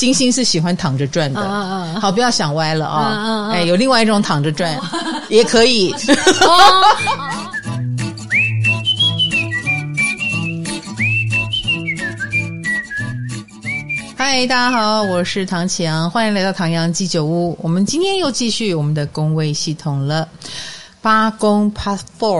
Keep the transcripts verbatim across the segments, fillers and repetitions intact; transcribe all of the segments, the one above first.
金星是喜欢躺着转的， 嗯嗯好，不要想歪了啊、哦！ 嗯嗯嗯哎，有另外一种躺着转、哦、也可以。 哦嗨，大家好，我是唐启阳，欢迎来到唐阳鸡酒屋。我们今天又继续我们的宫位系统了，八宫 Part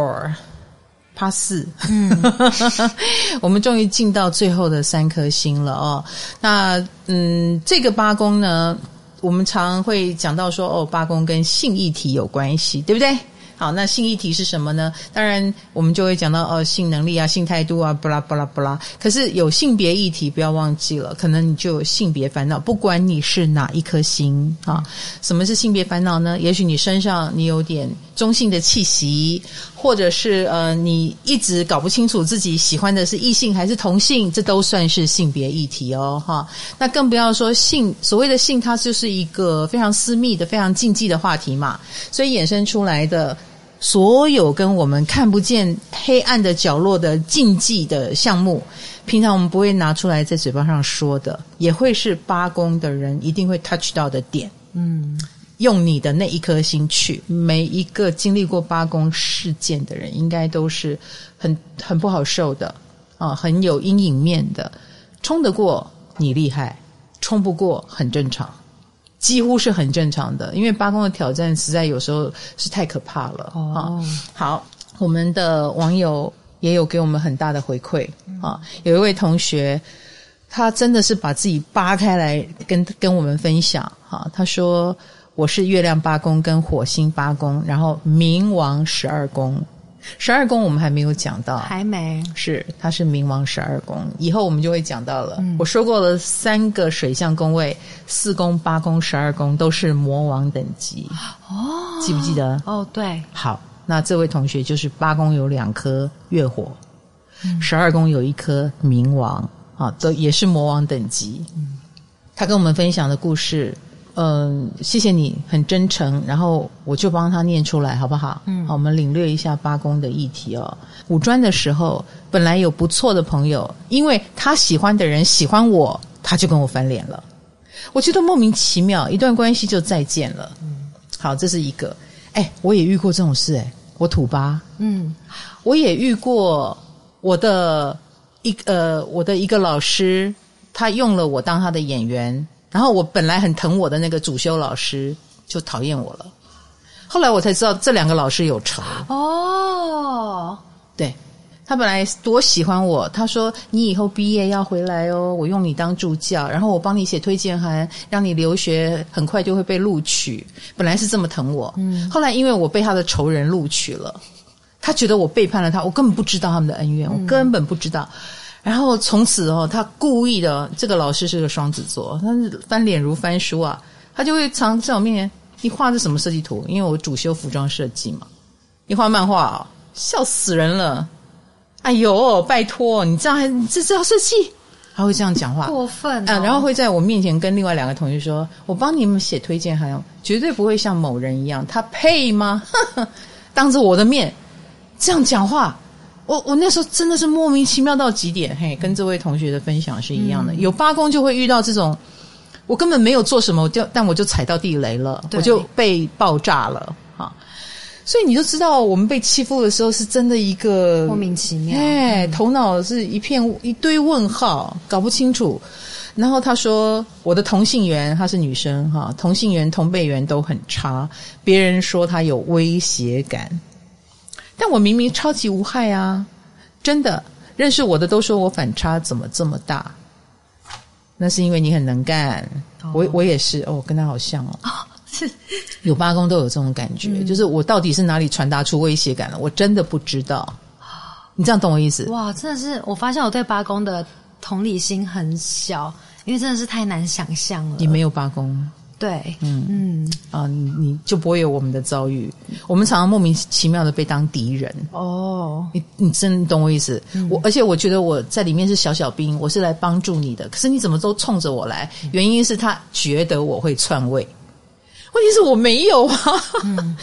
Four。Part 四，嗯，我们终于进到最后的三颗星了哦。那嗯，这个八宫呢，我们常会讲到说，哦，八宫跟性议题有关系，对不对？好，那性议题是什么呢？当然我们就会讲到哦，性能力啊，性态度啊，不啦不啦不啦。可是有性别议题，不要忘记了，可能你就有性别烦恼，不管你是哪一颗星啊。什么是性别烦恼呢？也许你身上你有点中性的气息，或者是呃你一直搞不清楚自己喜欢的是异性还是同性，这都算是性别议题哦哈。那更不要说性，所谓的性它就是一个非常私密的非常禁忌的话题嘛，所以衍生出来的所有跟我们看不见黑暗的角落的禁忌的项目，平常我们不会拿出来在嘴巴上说的，也会是八宫的人一定会 touch 到的点。嗯，用你的那一颗心去，每一个经历过八宫事件的人应该都是很很不好受的啊，很有阴影面的。冲得过你厉害，冲不过很正常，几乎是很正常的，因为八宫的挑战实在有时候是太可怕了、哦、啊。好，我们的网友也有给我们很大的回馈啊，有一位同学他真的是把自己扒开来跟跟我们分享啊，他说我是月亮八宫跟火星八宫，然后冥王十二宫。十二宫我们还没有讲到， 还没， 是它是冥王十二宫，以后我们就会讲到了、嗯、我说过了，三个水象宫位，四宫八宫十二宫都是魔王等级哦，记不记得？ 哦，对。 好，那这位同学就是八宫有两颗月火，十二宫有一颗冥王啊，都也是魔王等级、嗯、他跟我们分享的故事，嗯，谢谢你，很真诚，然后我就帮他念出来，好不好？嗯，好，我们领略一下八宫的议题哦。五专的时候，本来有不错的朋友，因为他喜欢的人喜欢我，他就跟我翻脸了。我觉得莫名其妙，一段关系就再见了。嗯，好，这是一个。哎，我也遇过这种事，哎，我土八，嗯，我也遇过我的一呃，我的一个老师，他用了我当他的演员。然后我本来很疼我的那个主修老师就讨厌我了，后来我才知道这两个老师有仇哦。对，他本来多喜欢我，他说你以后毕业要回来哦，我用你当助教，然后我帮你写推荐函，让你留学很快就会被录取，本来是这么疼我、嗯、后来因为我被他的仇人录取了，他觉得我背叛了他，我根本不知道他们的恩怨、嗯、我根本不知道。然后从此哦，他故意的，这个老师是个双子座，他是翻脸如翻书啊，他就会常在我面前，你画的什么设计图？因为我主修服装设计嘛，你画漫画哦，笑死人了！哎呦，拜托，你这样还你这这要设计？他会这样讲话， 过分哦、 啊！然后会在我面前跟另外两个同学说，我帮你们写推荐函，绝对不会像某人一样，他配吗？当着我的面这样讲话。我我那时候真的是莫名其妙到极点，嘿，跟这位同学的分享是一样的。嗯、有八宫就会遇到这种，我根本没有做什么，我就但我就踩到地雷了，我就被爆炸了啊！所以你就知道，我们被欺负的时候是真的一个莫名其妙， 哎，头脑是一片一堆问号，搞不清楚。然后他说，我的同性缘，她是女生哈，同性缘、同辈缘都很差，别人说她有威胁感。但我明明超级无害啊，真的，认识我的都说我反差怎么这么大，那是因为你很能干、哦、我我也是哦，跟他好像哦，哦是有八宫都有这种感觉、嗯、就是我到底是哪里传达出威胁感了，我真的不知道，你这样懂我意思？ 哇，真的是我发现我对八宫的同理心很小，因为真的是太难想象了。 你没有八宫， 对， 嗯嗯啊，你你就不会有我们的遭遇。我们常常莫名其妙的被当敌人哦，你你真懂我意思？嗯、我而且我觉得我在里面是小小兵，我是来帮助你的，可是你怎么都冲着我来？原因是他觉得我会篡位，问题是我没有啊。嗯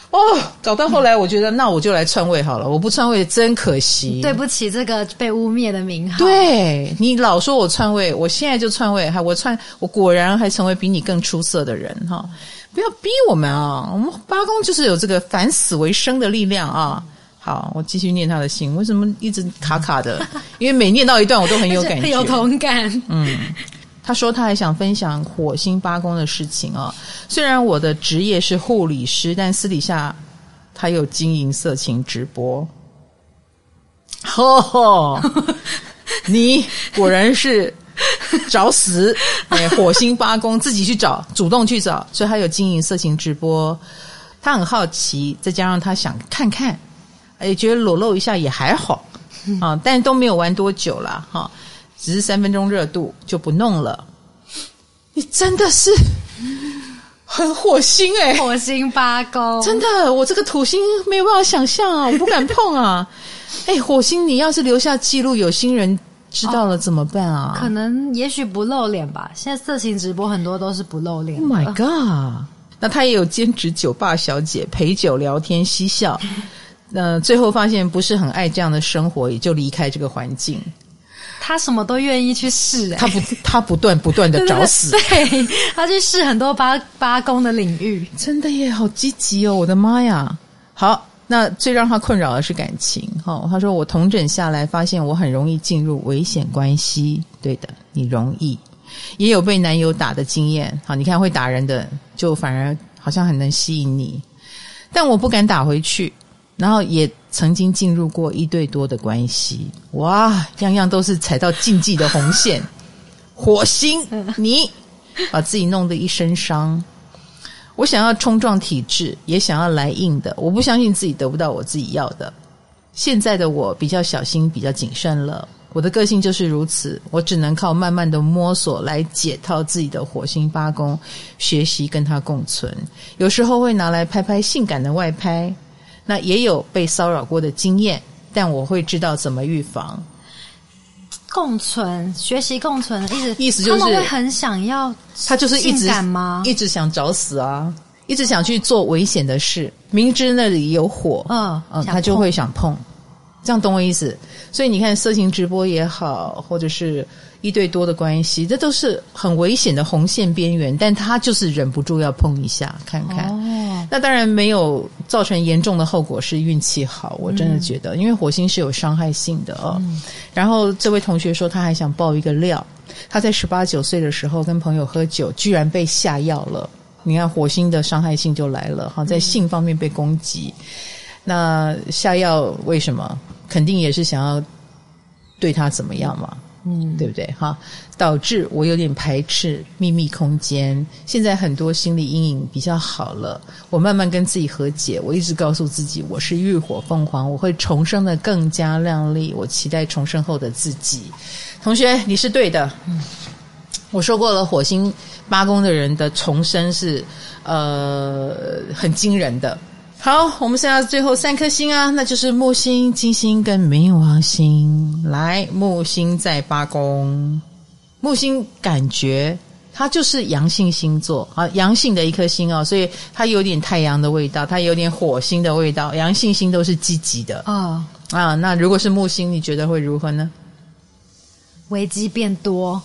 哦，搞到后来我觉得那我就来篡位好了，我不篡位真可惜， 对不起这个被污蔑的名号。 对，你老说我篡位，我现在就篡位，还我篡我果然还成为比你更出色的人哈！不要逼我们啊，我们八公就是有这个反死为生的力量啊。好，我继续念他的信，为什么一直卡卡的？因为每念到一段我都很有感觉， 很有同感。 嗯，他说他还想分享火星八宫的事情啊。虽然我的职业是护理师，但私底下他有经营色情直播。吼吼，你果然是找死！哎，火星八宫自己去找，主动去找，所以他有经营色情直播。他很好奇，再加上他想看看，也觉得裸露一下也还好啊，但都没有玩多久啦哈。只是三分钟热度就不弄了。你真的是很火星哎、欸， 火星八宫， 真的，我这个土星没有办法想象啊，我不敢碰啊。哎、欸，火星，你要是留下记录，有心人知道了怎么办啊？ 可能也许不露脸吧。现在色情直播很多都是不露脸。 Oh my god！ 那他也有兼职酒吧小姐，陪酒聊天嬉笑。呃，最后发现不是很爱这样的生活，也就离开这个环境。 他什么都愿意去试、欸， 他不，他不断不断的找死， 对, 对, 对，他去试很多八八宫的领域， 真的耶，好积极哦，我的妈呀！好，那最让他困扰的是感情，哦，他说我统整下来发现我很容易进入危险关系，对的，你容易，也有被男友打的经验，好，你看会打人的就反而好像很能吸引你，但我不敢打回去。然后也曾经进入过一对多的关系，哇，样样都是踩到禁忌的红线。火星，你把自己弄得一身伤。我想要冲撞体制，也想要来硬的，我不相信自己得不到我自己要的。现在的我比较小心，比较谨慎了。我的个性就是如此，我只能靠慢慢的摸索来解套自己的火星八宫，学习跟它共存。有时候会拿来拍拍性感的外拍。那也有被骚扰过的经验，但我会知道怎么预防。 共存，学习共存的意思， 意思就是他们会很想要， 他就是一直性感吗？ 一直想找死啊，一直想去做危险的事，明知那里有火， 嗯嗯，他就会想碰，这样懂我意思？所以你看，色情直播也好，或者是一对多的关系，这都是很危险的红线边缘，但他就是忍不住要碰一下看看。哦，那当然没有造成严重的后果，是运气好，我真的觉得，嗯，因为火星是有伤害性的哦。嗯，然后这位同学说他还想爆一个料，他在十八九岁的时候跟朋友喝酒，居然被下药了。你看火星的伤害性就来了，好，在性方面被攻击。嗯，那下药为什么？肯定也是想要对他怎么样嘛，嗯，对不对哈？导致我有点排斥秘密空间。现在很多心理阴影比较好了，我慢慢跟自己和解。我一直告诉自己，我是浴火凤凰，我会重生的更加亮丽。我期待重生后的自己。同学，你是对的。嗯，我说过了，火星八宫的人的重生是呃很惊人的。好，我们剩下最后三颗星啊，那就是木星、金星跟冥王星。来，木星在八宫，木星感觉它就是阳性星座啊，阳性的一颗星哦，所以它有点太阳的味道，它有点火星的味道，阳性星都是积极的哦啊。那如果是木星，你觉得会如何呢？ 危机变多。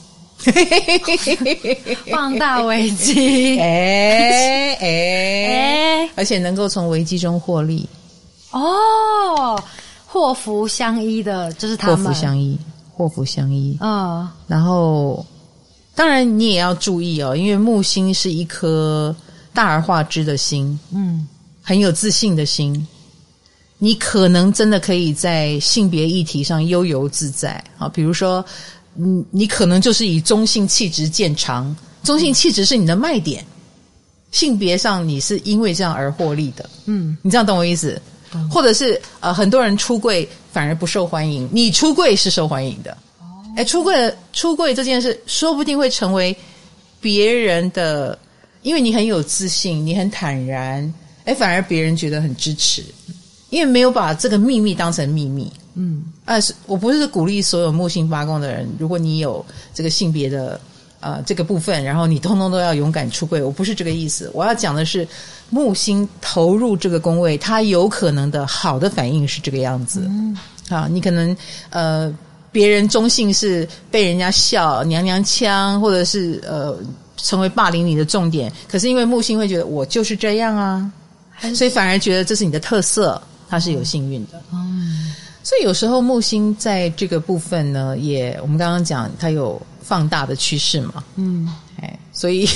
放大危机， 哎哎哎， 而且能够从危机中获利哦，祸福相依的，就是他们祸福相依，祸福相依。 嗯， 然后当然你也要注意哦，因为木星是一颗大而化之的星，嗯，很有自信的星。你可能真的可以在性别议题上悠游自在啊，比如说。嗯，你可能就是以中性气质见长，中性气质是你的卖点，性别上你是因为这样而获利的，嗯，你这样懂我意思？嗯，或者是呃，很多人出柜反而不受欢迎，你出柜是受欢迎的，哦，哎，出柜出柜这件事说不定会成为别人的，因为你很有自信，你很坦然，哎，反而别人觉得很支持，因为没有把这个秘密当成秘密。嗯，呃，我不是鼓励所有木星八宫的人，如果你有这个性别的呃这个部分，然后你通通都要勇敢出柜，我不是这个意思。我要讲的是木星投入这个宫位，它有可能的好的反应是这个样子。嗯，啊，你可能呃别人中性是被人家笑娘娘腔，或者是呃成为霸凌你的重点，可是因为木星会觉得我就是这样啊，所以反而觉得这是你的特色，它是有幸运的。嗯，所以有时候木星在这个部分呢，也我们刚刚讲它有放大的趋势嘛。嗯，哎，所以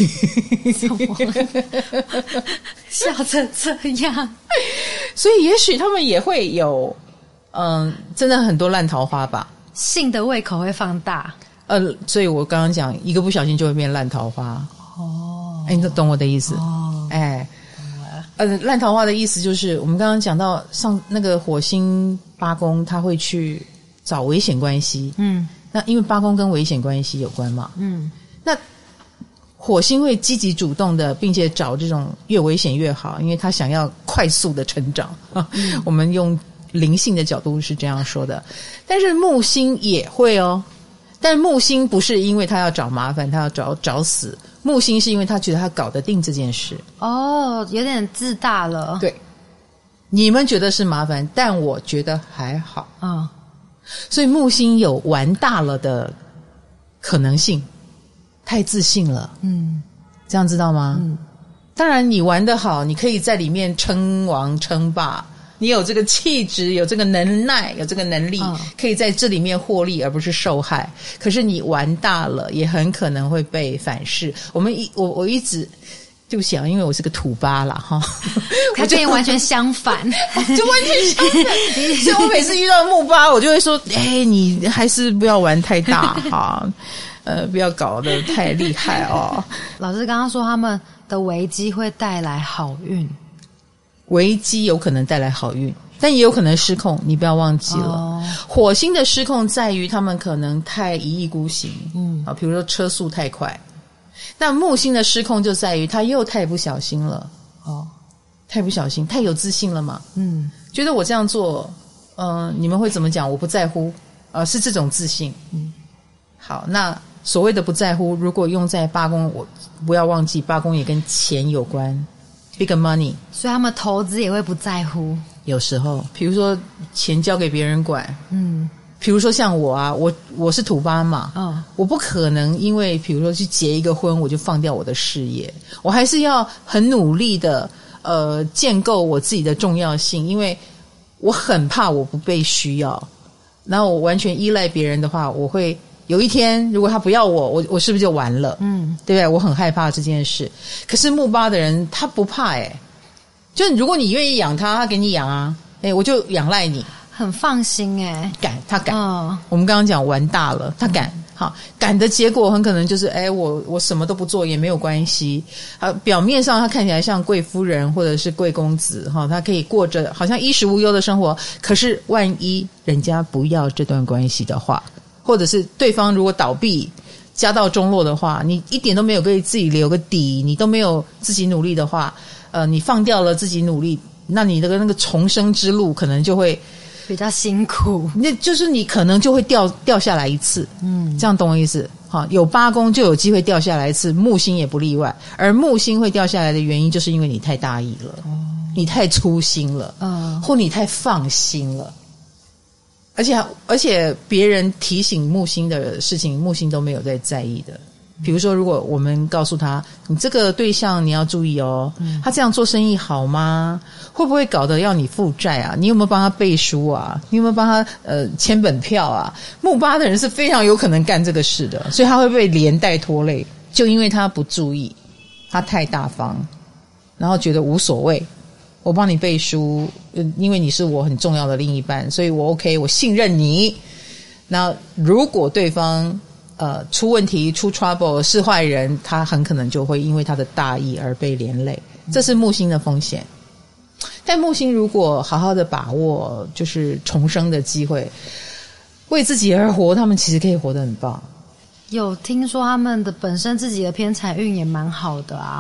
笑成这样， 所以也许他们也会有嗯，真的很多烂桃花吧。 性的胃口会放大， 呃，所以我刚刚讲，一个不小心就会变烂桃花。哦，哎，你懂我的意思？哦，哎，呃，烂桃花的意思就是我们刚刚讲到上那个火星八宫，他会去找危险关系。嗯，那因为八宫跟危险关系有关嘛。嗯，那火星会积极主动的，并且找这种越危险越好，因为他想要快速的成长。嗯，我们用灵性的角度是这样说的，但是木星也会哦，但是木星不是因为他要找麻烦，他要找找死，木星是因为他觉得他搞得定这件事。 哦，有点自大了。 对，你们觉得是麻烦，但我觉得还好。嗯，所以木星有玩大了的可能性，太自信了。嗯，这样知道吗？嗯，当然你玩得好，你可以在里面称王称霸，你有这个气质，有这个能耐，有这个能力，可以在这里面获利而不是受害。可是你玩大了，也很可能会被反噬。我们一我我一直对不起啊，因为我是个土巴啦哈， 他跟你完全相反， 就完全相反。所以我每次遇到木巴，我就会说：“哎，你还是不要玩太大哈，呃，不要搞得太厉害哦。” 老师刚刚说他们的危机会带来好运。 危机有可能带来好运，但也有可能失控，你不要忘记了。哦，火星的失控在于他们可能太一意孤行，嗯，啊，比如说车速太快。那木星的失控就在于他又太不小心了，哦，太不小心，太有自信了嘛，嗯，觉得我这样做，嗯、呃，你们会怎么讲？我不在乎，呃，是这种自信。嗯，好，那所谓的不在乎，如果用在八宫，我不要忘记，八宫也跟钱有关。Big money， 所以他们投资也会不在乎。 有时候，比如说钱交给别人管，嗯，比如说像我啊，我我是土巴嘛，嗯，我不可能因为比如说去结一个婚，我就放掉我的事业，我还是要很努力的呃建构我自己的重要性，因为我很怕我不被需要，然后我完全依赖别人的话，我会。有一天如果他不要我，我我是不是就完了？嗯，对不对？我很害怕这件事。可是木巴的人他不怕诶、欸、就如果你愿意养他，他给你养啊，诶、欸、我就仰赖你， 很放心诶、欸、 敢，他敢、哦、我们刚刚讲玩大了，他敢、嗯、好，敢的结果很可能就是诶、欸、我我什么都不做也没有关系啊，表面上他看起来像贵夫人或者是贵公子哈，他可以过着好像衣食无忧的生活，可是万一人家不要这段关系的话，或者是对方如果倒闭家道中落的话，你一点都没有给自己留个底，你都没有自己努力的话，呃，你放掉了自己努力，那你的那个重生之路可能就会比较辛苦， 那就是你可能就会掉掉下来一次。嗯，这样懂我意思？好，有八宫就有机会掉下来一次，木星也不例外。而木星会掉下来的原因，就是因为你太大意了，哦、你太粗心了，嗯，或你太放心了。而且而且别人提醒木星的事情，木星都没有在在意的。比如说如果我们告诉他你这个对象你要注意哦、嗯、他这样做生意好吗？会不会搞得要你负债啊？你有没有帮他背书啊？你有没有帮他呃签本票啊？木八的人是非常有可能干这个事的，所以他会被连带拖累，就因为他不注意，他太大方，然后觉得无所谓，我帮你背书，因为你是我很重要的另一半，所以我 OK， 我信任你。那如果对方呃出问题出 trouble 是坏人，他很可能就会因为他的大意而被连累，这是木星的风险。但木星如果好好的把握就是重生的机会，为自己而活，他们其实可以活得很棒。 有听说他们的本身自己的偏财运也蛮好的啊。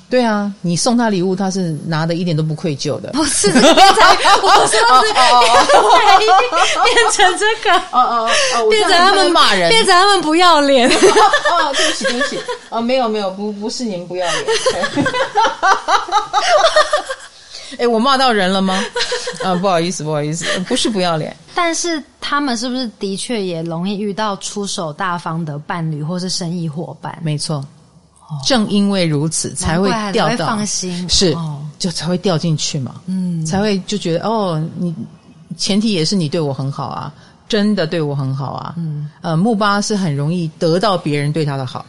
对啊，你送他礼物，他是拿的一点都不愧疚的。 不是这个变成，我说是变成这个， 哦哦哦， 变成他们骂人， 变成他们不要脸。 哦，对不起，对不起，哦，没有没有，不不是你们不要脸。哎，我骂到人了吗？啊，不好意思，不好意思，不是不要脸。 但是他们是不是的确也容易遇到出手大方的伴侣或是生意伙伴？ 没错。正因为如此，才会掉到， 才会放心， 是、 哦、 就才会掉进去嘛， 嗯， 才会就觉得哦，你前提也是你对我很好啊，真的对我很好啊，嗯，呃，木巴是很容易得到别人对他的好，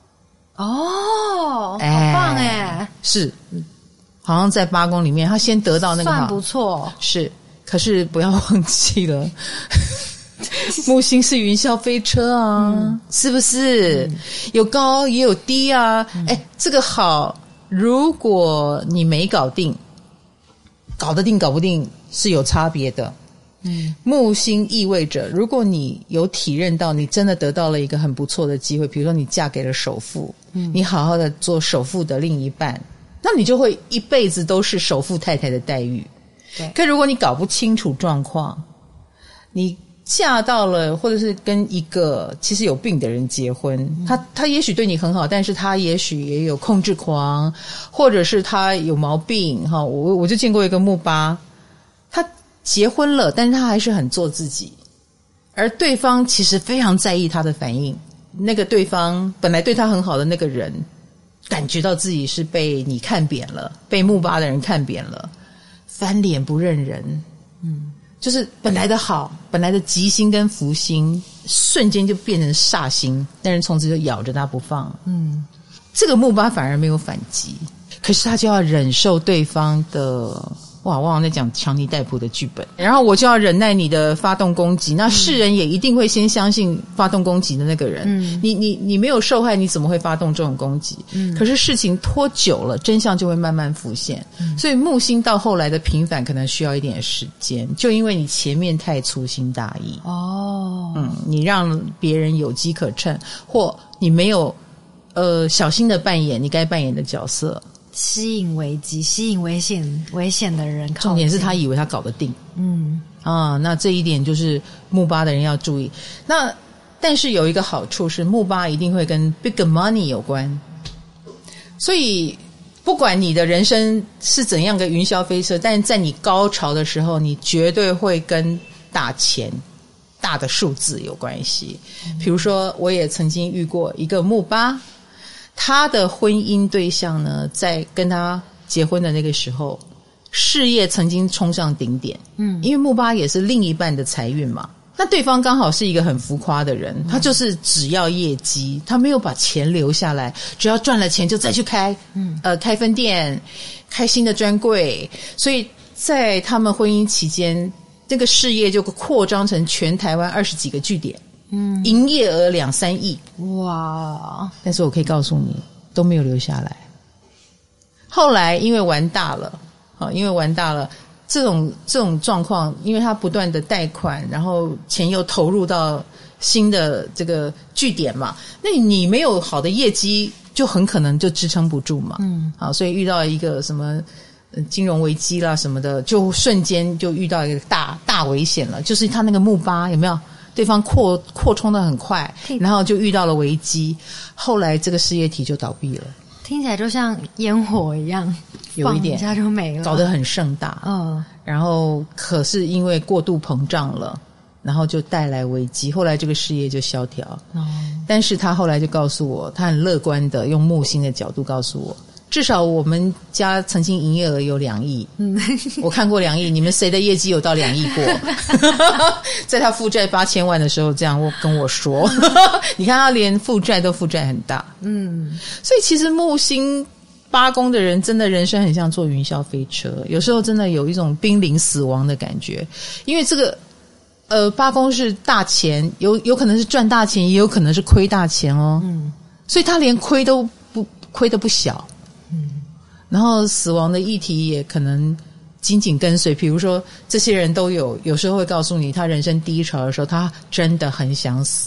哦，哎、好棒哎， 是，好像在八宫里面，他先得到那个好， 算不错， 是，可是不要忘记了。木星是云霄飞车啊、嗯、是不是、嗯、有高也有低啊、嗯、诶这个好，如果你没搞定，搞得定搞不定是有差别的。嗯，木星意味着如果你有体认到你真的得到了一个很不错的机会，比如说你嫁给了首富、嗯、你好好的做首富的另一半，那你就会一辈子都是首富太太的待遇。对，可如果你搞不清楚状况，你嫁到了或者是跟一个其实有病的人结婚、嗯、他他也许对你很好，但是他也许也有控制狂，或者是他有毛病哈。我我就见过一个木巴，他结婚了，但是他还是很做自己，而对方其实非常在意他的反应。那个对方本来对他很好的那个人，感觉到自己是被你看扁了，被木巴的人看扁了，翻脸不认人。嗯。就是本来的好，本来的吉星跟福星，瞬间就变成煞星，但是从此就咬着他不放。嗯，这个木巴反而没有反击，可是他就要忍受对方的，哇，我好像在讲强尼戴普的剧本，然后我就要忍耐你的发动攻击，那世人也一定会先相信发动攻击的那个人。嗯，你你你没有受害，你怎么会发动这种攻击？嗯，可是事情拖久了，真相就会慢慢浮现。嗯，所以木星到后来的平反可能需要一点时间，就因为你前面太粗心大意。哦，嗯，你让别人有机可乘，或你没有呃小心的扮演你该扮演的角色。 吸引危机，吸引危险危险的人靠近， 重点是他以为他搞得定。嗯啊，那这一点就是木巴的人要注意。那但是有一个好处是，木巴一定会跟 big money 有关，所以不管你的人生是怎样个云霄飞车，但是在你高潮的时候，你绝对会跟大钱大的数字有关系。比如说我也曾经遇过一个木巴，他的婚姻对象呢，在跟他结婚的那个时候，事业曾经冲上顶点。嗯，因为木巴也是另一半的财运嘛。那对方刚好是一个很浮夸的人，他就是只要业绩，他没有把钱留下来，只要赚了钱就再去开，嗯，呃，开分店，开新的专柜。所以在他们婚姻期间，这个事业就扩张成全台湾二十几个据点。嗯，营业额两三亿，哇！但是我可以告诉你，都没有留下来。后来因为玩大了，啊，因为玩大了，这种这种状况，因为他不断的贷款，然后钱又投入到新的这个据点嘛，那你没有好的业绩，就很可能就支撑不住嘛。嗯，好，所以遇到一个什么金融危机啦什么的，就瞬间就遇到一个大大危险了，就是他那个木巴有没有？对方扩扩充得很快，然后就遇到了危机，后来这个事业体就倒闭了。 听起来就像烟火一样， 有一点， 放一下就没了， 搞得很盛大。嗯，然后可是因为过度膨胀了，然后就带来危机，后来这个事业就萧条。哦，但是他后来就告诉我，他很乐观的用木星的角度告诉我，至少我们家曾经营业额有两亿，嗯，我看过两亿，你们谁的业绩有到两亿过？在他负债八千万的时候，这样我跟我说，你看他连负债都负债很大，嗯，所以其实木星八宫的人真的人生很像坐云霄飞车，有时候真的有一种濒临死亡的感觉，因为这个呃八宫是大钱，有有可能是赚大钱，也有可能是亏大钱哦，嗯，所以他连亏都不亏得不小。然后死亡的议题也可能紧紧跟随，比如说这些人都有有时候会告诉你，他人生低潮的时候，他真的很想死，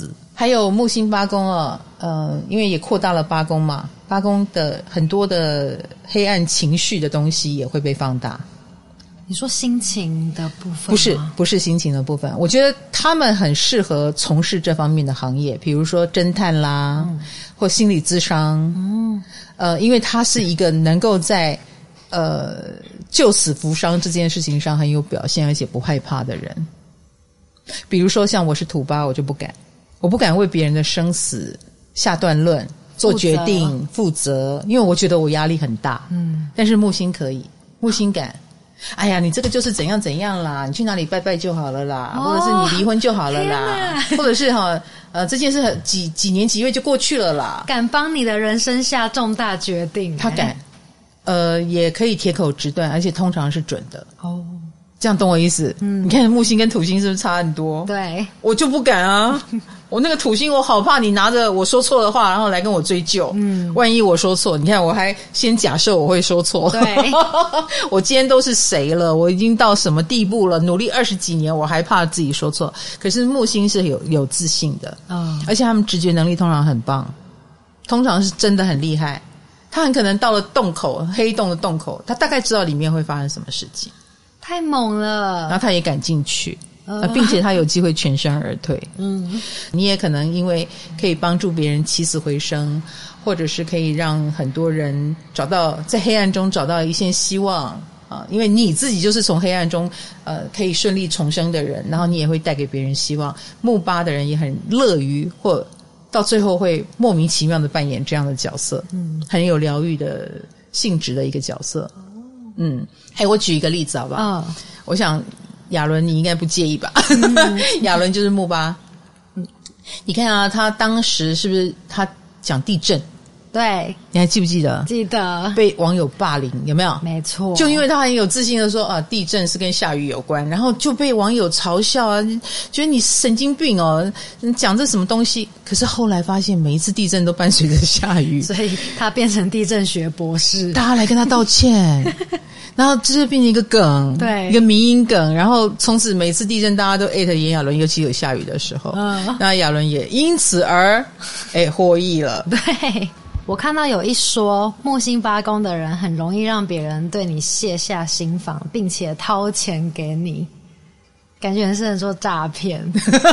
还有木星八宫啊，呃，因为也扩大了八宫嘛，八宫的很多的黑暗情绪的东西也会被放大。 你说心情的部分吗？ 不是，不是心情的部分。我觉得他们很适合从事这方面的行业，比如说侦探啦，嗯、或心理咨商。嗯，呃，因为他是一个能够在呃救死扶伤这件事情上很有表现，而且不害怕的人。比如说像我是土八，我就不敢，我不敢为别人的生死下断论、做决定、负责，因为我觉得我压力很大。嗯，但是木星可以，木星敢。哎呀，你这个就是怎样怎样啦，你去哪里拜拜就好了啦，哦、或者是你离婚就好了啦，或者是哈呃这件事几几年几月就过去了啦。 敢帮你的人生下重大决定， 他敢，呃，也可以铁口直断，而且通常是准的。哦，这样懂我意思？嗯，你看木星跟土星是不是差很多？ 对， 我就不敢啊。我那个土星，我好怕你拿着我说错的话，然后来跟我追究。嗯，万一我说错，你看我还先假设我会说错。 对， 我今天都是谁了？我已经到什么地步了？努力二十几年，我还怕自己说错。可是木星是有有自信的，嗯，而且他们直觉能力通常很棒，通常是真的很厉害。他很可能到了洞口，黑洞的洞口，他大概知道里面会发生什么事情， 太猛了。 然后他也敢进去。呃，并且他有机会全身而退。嗯，你也可能因为可以帮助别人起死回生，或者是可以让很多人找到在黑暗中找到一线希望啊。因为你自己就是从黑暗中呃可以顺利重生的人，然后你也会带给别人希望。木八的人也很乐于或到最后会莫名其妙的扮演这样的角色，嗯，很有疗愈的性质的一个角色。嗯，哎，我举一个例子好不好？哦、我想。亚伦你应该不介意吧？嗯、亚伦就是木八。嗯，你看啊，他当时是不是他讲地震？ 对， 你还记不记得？ 记得。被网友霸凌有没有？ 没错。 就因为他很有自信的说啊，地震是跟下雨有关，然后就被网友嘲笑啊，觉得你神经病哦，你讲这什么东西？可是后来发现，每一次地震都伴随着下雨， 所以他变成地震学博士， 大家来跟他道歉。然后这就变成一个梗， 对， 一个迷因梗，然后从此每次地震大家都艾特炎亚纶，尤其有下雨的时候，嗯，那亚纶也因此而哎获益了。 对，我看到有一说，木星八宫的人很容易让别人对你卸下心防，并且掏钱给你，感觉是很说诈骗。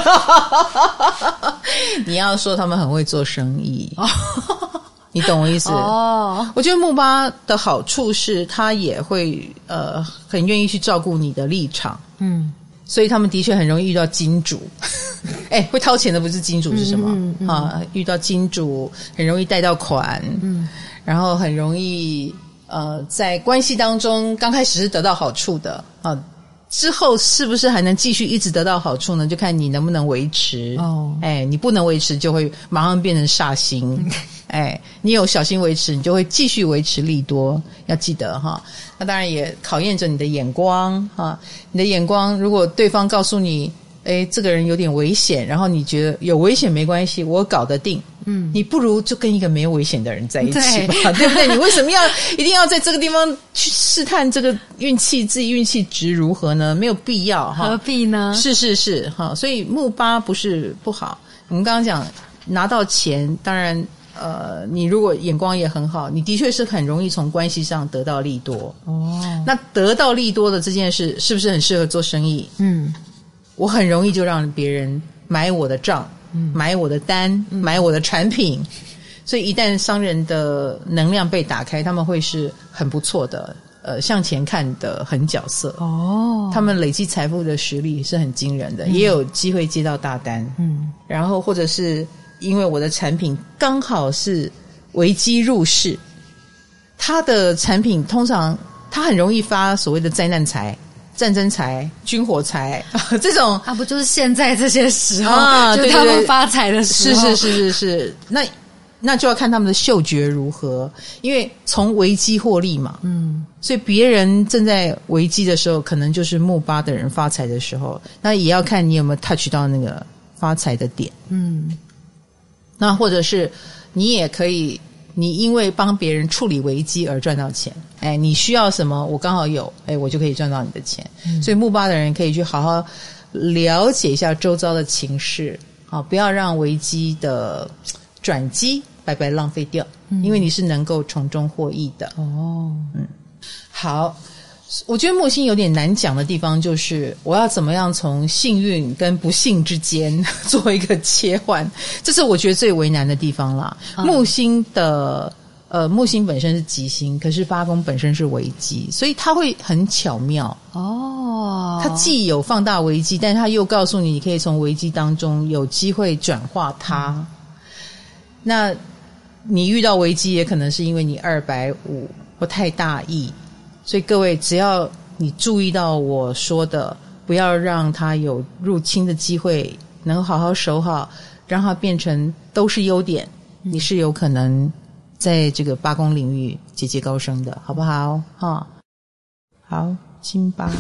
你要说他们很会做生意。你懂我意思哦？我觉得木八的好处是，他也会呃很愿意去照顾你的立场，嗯，所以他们的确很容易遇到金主。哎，会掏钱的不是金主是什么？嗯嗯嗯、啊？遇到金主很容易贷到款，嗯，然后很容易呃在关系当中刚开始是得到好处的啊。之后是不是还能继续一直得到好处呢？就看你能不能维持。哦，哎，你不能维持，就会马上变成煞星。哎，你有小心维持，你就会继续维持利多，要记得哈。那当然也考验着你的眼光哈。你的眼光，如果对方告诉你，哎，这个人有点危险，然后你觉得有危险没关系，我搞得定。嗯，你不如就跟一个没有危险的人在一起吧， 对, 对不对？你为什么要一定要在这个地方去试探这个运气，自己运气值如何呢？没有必要哈， 何必呢？ 是是是哈，所以木八不是不好。我们刚刚讲拿到钱，当然呃，你如果眼光也很好，你的确是很容易从关系上得到利多哦。那得到利多的这件事，是不是很适合做生意？嗯，我很容易就让别人买我的账。嗯、买我的单、嗯、买我的产品，所以一旦商人的能量被打开，他们会是很不错的呃向前看的狠角色哦。他们累积财富的实力是很惊人的、嗯、也有机会接到大单，嗯，然后或者是因为我的产品刚好是危机入市，他的产品通常他很容易发所谓的灾难财、战争财、军火财这种啊，不就是现在这些时候啊，就是他们发财的时候， 是是是是是，那那就要看他们的嗅觉如何，因为从危机获利嘛，嗯，所以别人正在危机的时候，可能就是木八的人发财的时候，那也要看你有没有 touch 到那个发财的点，嗯，那或者是你也可以。你因为帮别人处理危机而赚到钱，哎，你需要什么，我刚好有，哎，我就可以赚到你的钱。嗯、所以木八的人可以去好好了解一下周遭的情势好，不要让危机的转机白白浪费掉，嗯，因为你是能够从中获益的。 哦， 嗯，好。我觉得木星有点难讲的地方就是我要怎么样从幸运跟不幸之间做一个切换，这是我觉得最为难的地方啦。嗯，木星的呃木星本身是吉星，可是八宫本身是危机，所以它会很巧妙哦。它既有放大危机，但是它又告诉你你可以从危机当中有机会转化它。嗯，那你遇到危机也可能是因为你二百五或太大意。所以各位，只要你注意到我说的，不要让它有入侵的机会，能够好好守好，让它变成都是优点，你是有可能在这个八宫领域节节高升的，好不好？哈，好，金八，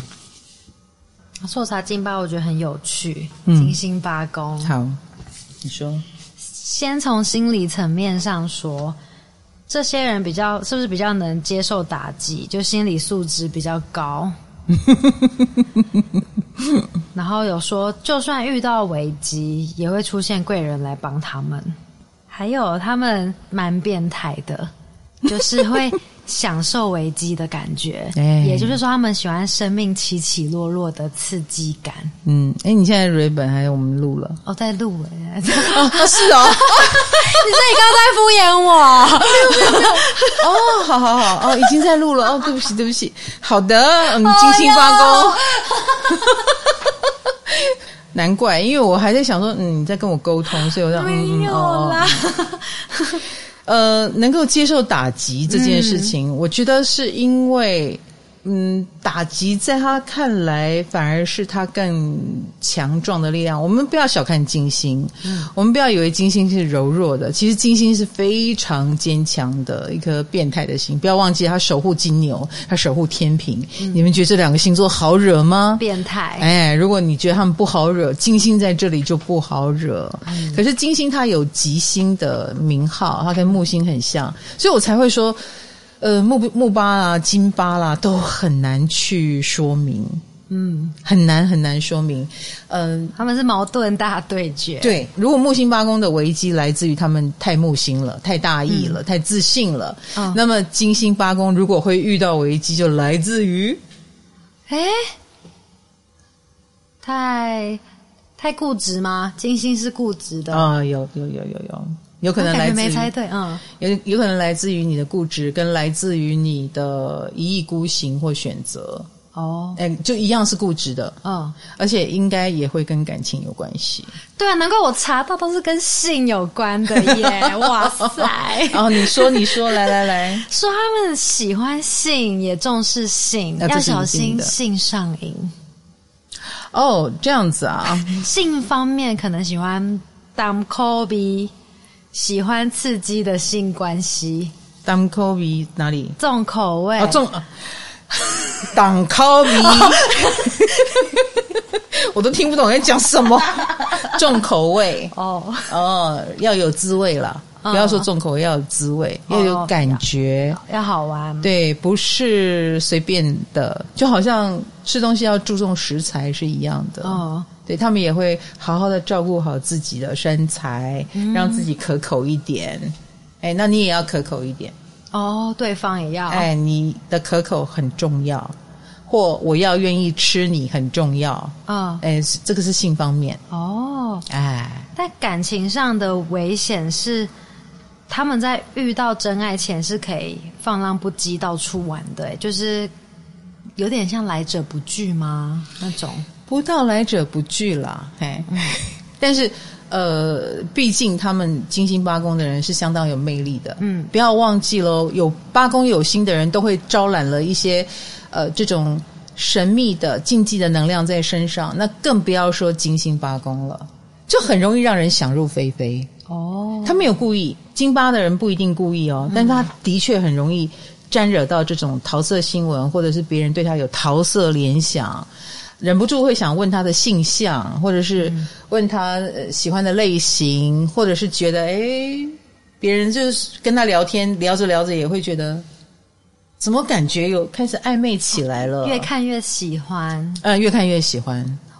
说查金八，我觉得很有趣，嗯，金星八宫。 好，你说， 先从心理层面上说。这些人比较是不是比较能接受打击，就心理素质比较高。然后有说就算遇到危机也会出现贵人来帮他们。还有他们蛮变态的，就是会享受危机的感觉，欸，也就是说他们喜欢生命起起落落的刺激感。 嗯，哎，你现在蕊本还是我们录了？ 哦，在录哎， 哦，是哦， 你这里刚在敷衍我。 哦，好好好，哦，已经在录了。哦，对不起，对不起。好的，嗯，金星八宫。难怪，因为我还在想说，嗯，你在跟我沟通，所以我想， 没有啦。 嗯呃，能够接受打击这件事情，嗯，我觉得是因为，嗯，打击在他看来反而是他更强壮的力量。我们不要小看金星，嗯，我们不要以为金星是柔弱的，其实金星是非常坚强的一颗变态的星。不要忘记，他守护金牛，他守护天秤，嗯，你们觉得这两个星座好惹吗？ 变态。 哎，如果你觉得他们不好惹，金星在这里就不好惹。嗯，可是金星它有吉星的名号，它跟木星很像，所以我才会说。呃，木木八啦、金八啦，都很难去说明，嗯，很难很难说明，嗯、呃， 他们是矛盾大对决。 对，如果木星八宫的危机来自于他们太木星了、太大意了、嗯、太自信了，哦，那么金星八宫如果会遇到危机，就来自于， 哎，太太固执吗？金星是固执的啊，有有有有有。有可能来自于没猜对，嗯， 有有可能来自于你的固执，跟来自于你的一意孤行或选择。哦，哎，就一样是固执的，嗯，而且应该也会跟感情有关系。 对啊，难怪我查到都是跟性有关的耶！哇塞！ 然后你说，你说，来来来， 说他们喜欢性，也重视性，要小心性上瘾。 哦，这样子啊， 性方面可能喜欢当 Kobe。喜欢刺激的性关系， 当口味哪里？ 重口味啊，重当口味，我都听不懂我在讲什么。重口味哦哦，要有滋味啦，不要说重口味，要有滋味，要有感觉， 要好玩。 对，不是随便的，就好像吃东西要注重食材是一样的哦。对，他们也会好好的照顾好自己的身材，嗯，让自己可口一点。哎，那你也要可口一点哦，对方也要。 哎，你的可口很重要，或我要愿意吃你很重要啊。哦，哎，这个是性方面哦。哎， 但感情上的危险是，他们在遇到真爱前是可以放浪不羁到处玩的，就是有点像来者不拒吗？那种。 不到来者不拒啦，嘿，嗯，但是呃，毕竟他们金星八宫的人是相当有魅力的，嗯，不要忘记咯，有八宫有星的人都会招揽了一些呃这种神秘的禁忌的能量在身上，那更不要说金星八宫了，就很容易让人想入非非。哦，他没有故意，金八的人不一定故意哦，但他的确很容易沾惹到这种桃色新闻，或者是别人对他有桃色联想。忍不住会想问他的性向，或者是问他喜欢的类型，或者是觉得诶别人就是跟他聊天聊着聊着也会觉得怎么感觉有开始暧昧起来了， 越看越喜欢， 呃越看越喜欢。 哦，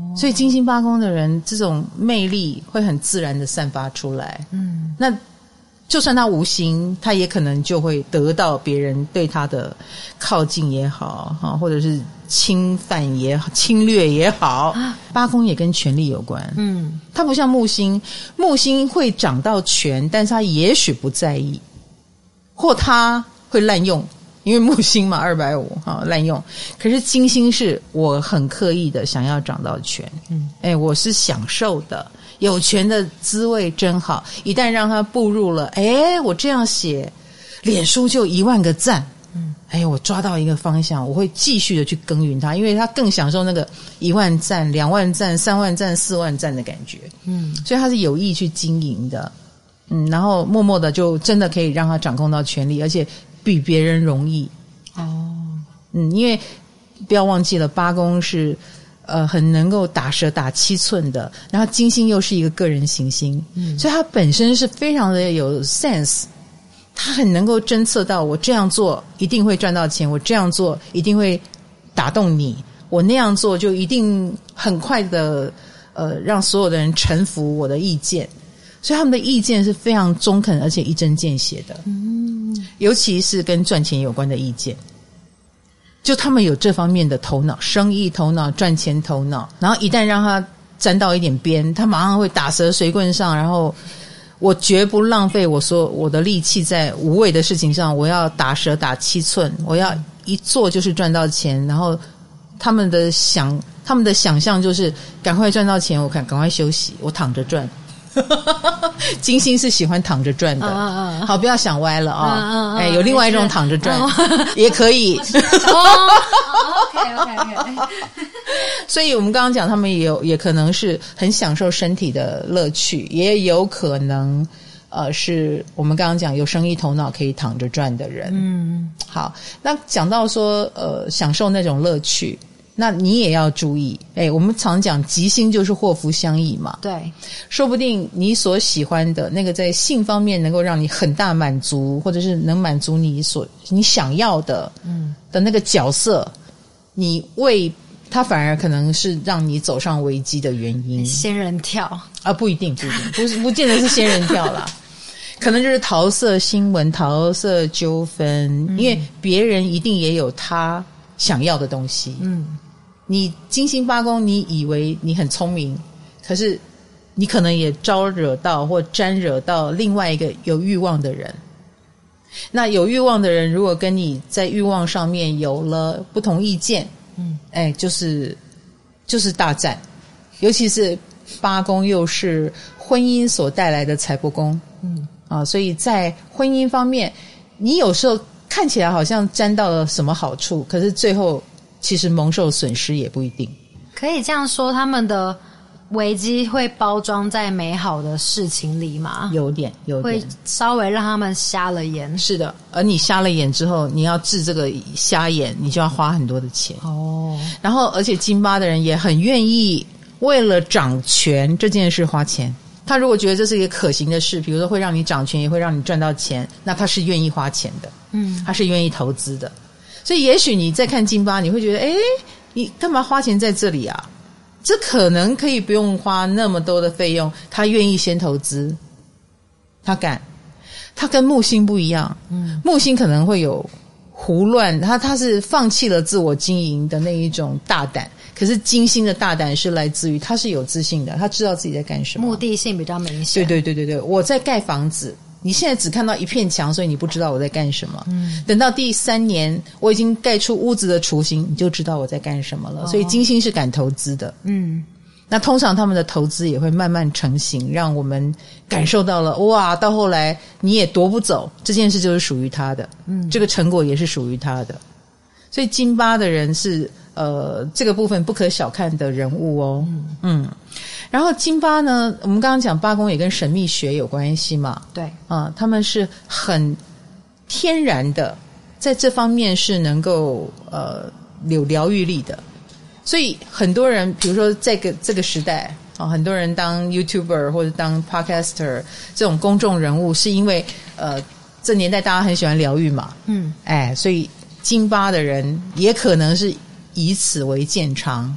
所以金星八宫的人这种魅力会很自然的散发出来。嗯，那就算他无心，他也可能就会得到别人对他的靠近也好，或者是侵犯也好，侵略也好。八宫也跟权力有关。嗯，他不像木星，木星会长到权，但是他也许不在意，或他会滥用。因为木星嘛，二百五哈滥用。可是金星是我很刻意的想要长到权，嗯，哎，我是享受的，有权的滋味真好。一旦让它步入了，哎，我这样写，脸书就一万个赞，嗯，哎，我抓到一个方向，我会继续的去耕耘它，因为它更享受那个一万赞、两万赞、三万赞、四万赞的感觉，嗯，所以它是有意去经营的，嗯，然后默默的就真的可以让它掌控到权力，而且比别人容易哦，嗯，因为不要忘记了，八宫是呃很能够打蛇打七寸的，然后金星又是一个个人行星，嗯，所以它本身是非常的有 sense， 它很能够侦测到我这样做一定会赚到钱，我这样做一定会打动你，我那样做就一定很快的呃让所有的人臣服我的意见。所以他们的意见是非常中肯而且一针见血的，嗯，尤其是跟赚钱有关的意见，就他们有这方面的头脑，生意头脑、赚钱头脑，然后一旦让他沾到一点边，他马上会打蛇随棍上，然后我绝不浪费我说我的力气在无谓的事情上，我要打蛇打七寸，我要一做就是赚到钱，然后他们的想他们的想象就是赶快赚到钱，我看赶快休息，我躺着赚。金星是喜欢躺着赚的，啊啊好，不要想歪了啊！啊啊哎，有另外一种躺着赚、啊、也可以。哦 ，OK OK OK。所以我们刚刚讲，他们也有也可能是很享受身体的乐趣，也有可能呃是我们刚刚讲有生意头脑可以躺着赚的人。嗯，好，那讲到说呃享受那种乐趣。那你也要注意，哎，我们常讲吉星就是祸福相依嘛。 对， 说不定你所喜欢的那个在性方面能够让你很大满足，或者是能满足你所你想要的，嗯的那个角色，你为他反而可能是让你走上危机的原因。 仙人跳啊，不一定，不一定，不是不见得是仙人跳啦。可能就是桃色新闻、桃色纠纷、嗯，因为别人一定也有他想要的东西。嗯。你金星八宫，你以为你很聪明，可是你可能也招惹到或沾惹到另外一个有欲望的人。那有欲望的人如果跟你在欲望上面有了不同意见，嗯，哎，就是就是大战。尤其是八宫又是婚姻所带来的财帛宫，嗯啊，所以在婚姻方面，你有时候看起来好像沾到了什么好处，可是最后其实蒙受损失也不一定。 可以这样说，他们的危机会包装在美好的事情里吗？ 有点有点， 会稍微让他们瞎了眼。 是的，而你瞎了眼之后，你要治这个瞎眼，你就要花很多的钱哦。然后而且金八的人也很愿意为了掌权这件事花钱。他如果觉得这是一个可行的事，比如说会让你掌权也会让你赚到钱，那他是愿意花钱的，嗯，他是愿意投资的。所以也许你在看金八，你会觉得诶，你干嘛花钱在这里啊？这可能可以不用花那么多的费用，他愿意先投资，他敢。他跟木星不一样，嗯，木星可能会有胡乱，他他是放弃了自我经营的那一种大胆，可是金星的大胆是来自于他是有自信的，他知道自己在干什么， 目的性比较明显。 对对对对对，我在盖房子。你现在只看到一片墙，所以你不知道我在干什么。嗯，等到第三年我已经盖出屋子的雏形，你就知道我在干什么了。哦，所以金星是敢投资的。嗯，那通常他们的投资也会慢慢成型，让我们感受到了哇，到后来你也夺不走，这件事就是属于他的。嗯，这个成果也是属于他的。所以金八的人是呃这个部分不可小看的人物哦。嗯。嗯，然后金八呢，我们刚刚讲八宫也跟神秘学有关系嘛。 对啊，他们是很天然的，在这方面是能够呃有疗愈力的。所以很多人，比如说这个这个时代啊，很多人当 YouTuber 或者当 Podcaster 这种公众人物，是因为呃这年代大家很喜欢疗愈嘛。嗯，哎，所以金八的人也可能是以此为见长。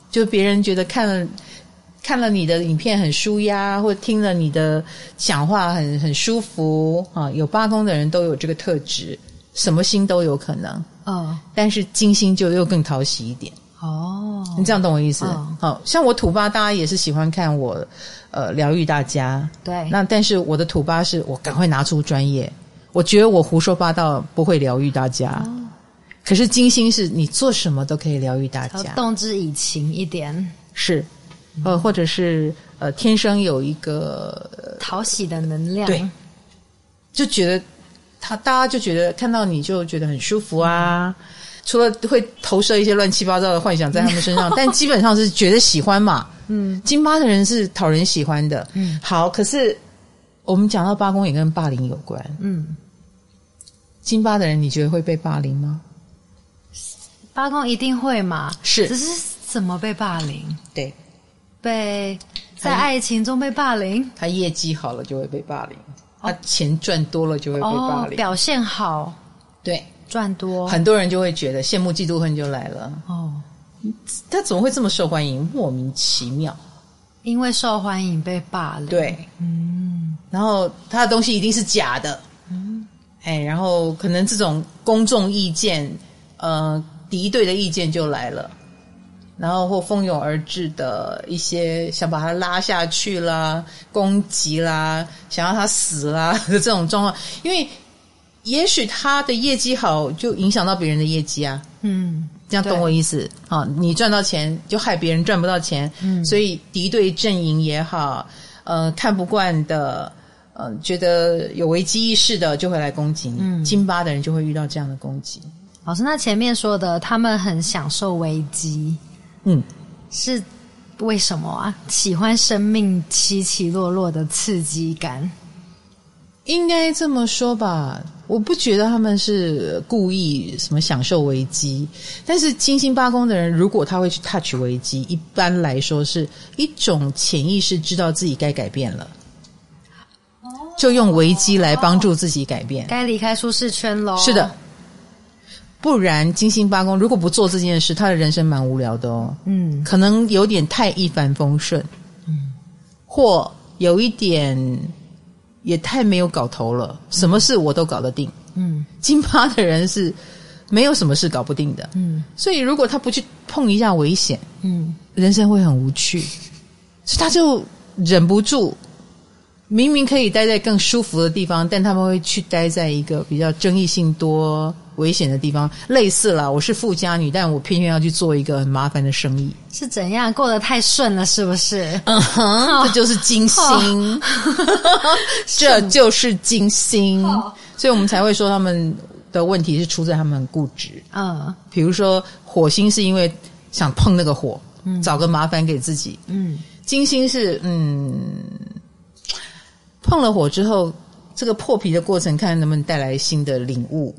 就别人觉得看了看了你的影片很舒压，或者听了你的讲话很很舒服啊。有八宫的人都有这个特质，什么星都有可能。 哦， 但是金星就又更讨喜一点。 哦， 你这样懂我意思？ 哦、 好像我土八，大家也是喜欢看我呃疗愈大家。 对， 那但是我的土八是我赶快拿出专业，我觉得我胡说八道不会疗愈大家。哦，可是金星是你做什么都可以疗愈大家， 动之以情一点。 是，呃，或者是呃天生有一个、呃、 讨喜的能量， 对，就觉得他大家就觉得看到你就觉得很舒服啊。嗯，除了会投射一些乱七八糟的幻想在他们身上，但基本上是觉得喜欢嘛。嗯，金八的人是讨人喜欢的。嗯，好，可是我们讲到八宫也跟霸凌有关。嗯，金八的人你觉得会被霸凌吗？ 八宫一定会嘛， 是， 只是怎么被霸凌？ 对， 被在爱情中被霸凌， 他业绩好了就会被霸凌，他钱赚多了就会被霸凌， 哦，表现好， 对。 赚多， 很多人就会觉得羡慕嫉妒恨就来了。哦，他怎么会这么受欢迎？莫名其妙。 因为受欢迎被霸凌。 对，嗯。然后他的东西一定是假的。嗯。哎，然后可能这种公众意见，呃，敌对的意见就来了。然后或蜂拥而至的一些想把他拉下去啦、攻击啦、想要他死啦的这种状况，因为也许他的业绩好，就影响到别人的业绩啊。嗯，这样懂我意思？好，你赚到钱就害别人赚不到钱。嗯，所以敌对阵营也好，呃，看不惯的，呃，觉得有危机意识的就会来攻击你。嗯，金八的人就会遇到这样的攻击。 老师，那前面说的他们很享受危机，嗯，是为什么啊？喜欢生命起起落落的刺激感。 应该这么说吧，我不觉得他们是故意什么享受危机，但是金星八宫的人如果他会去 touch 危机，一般来说是一种潜意识知道自己该改变了，就用危机来帮助自己改变， 该离开舒适圈咯。 是的，不然金星八宫如果不做这件事，他的人生蛮无聊的哦。嗯，可能有点太一帆风顺，嗯，或有一点也太没有搞头了，什么事我都搞得定。嗯，金八的人是没有什么事搞不定的。嗯，所以如果他不去碰一下危险，嗯，人生会很无趣，所以他就忍不住，明明可以待在更舒服的地方，但他们会去待在一个比较争议性多、危险的地方。类似啦，我是富家女，但我偏偏要去做一个很麻烦的生意， 是怎样过得太顺了，是不是？ 嗯哼，这就是金星，这就是金星，所以我们才会说他们的问题是出在他们很固执。嗯，比如说火星是因为想碰那个火，嗯，找个麻烦给自己。嗯，金星是嗯。碰了火之后，这个破皮的过程看能不能带来新的领悟。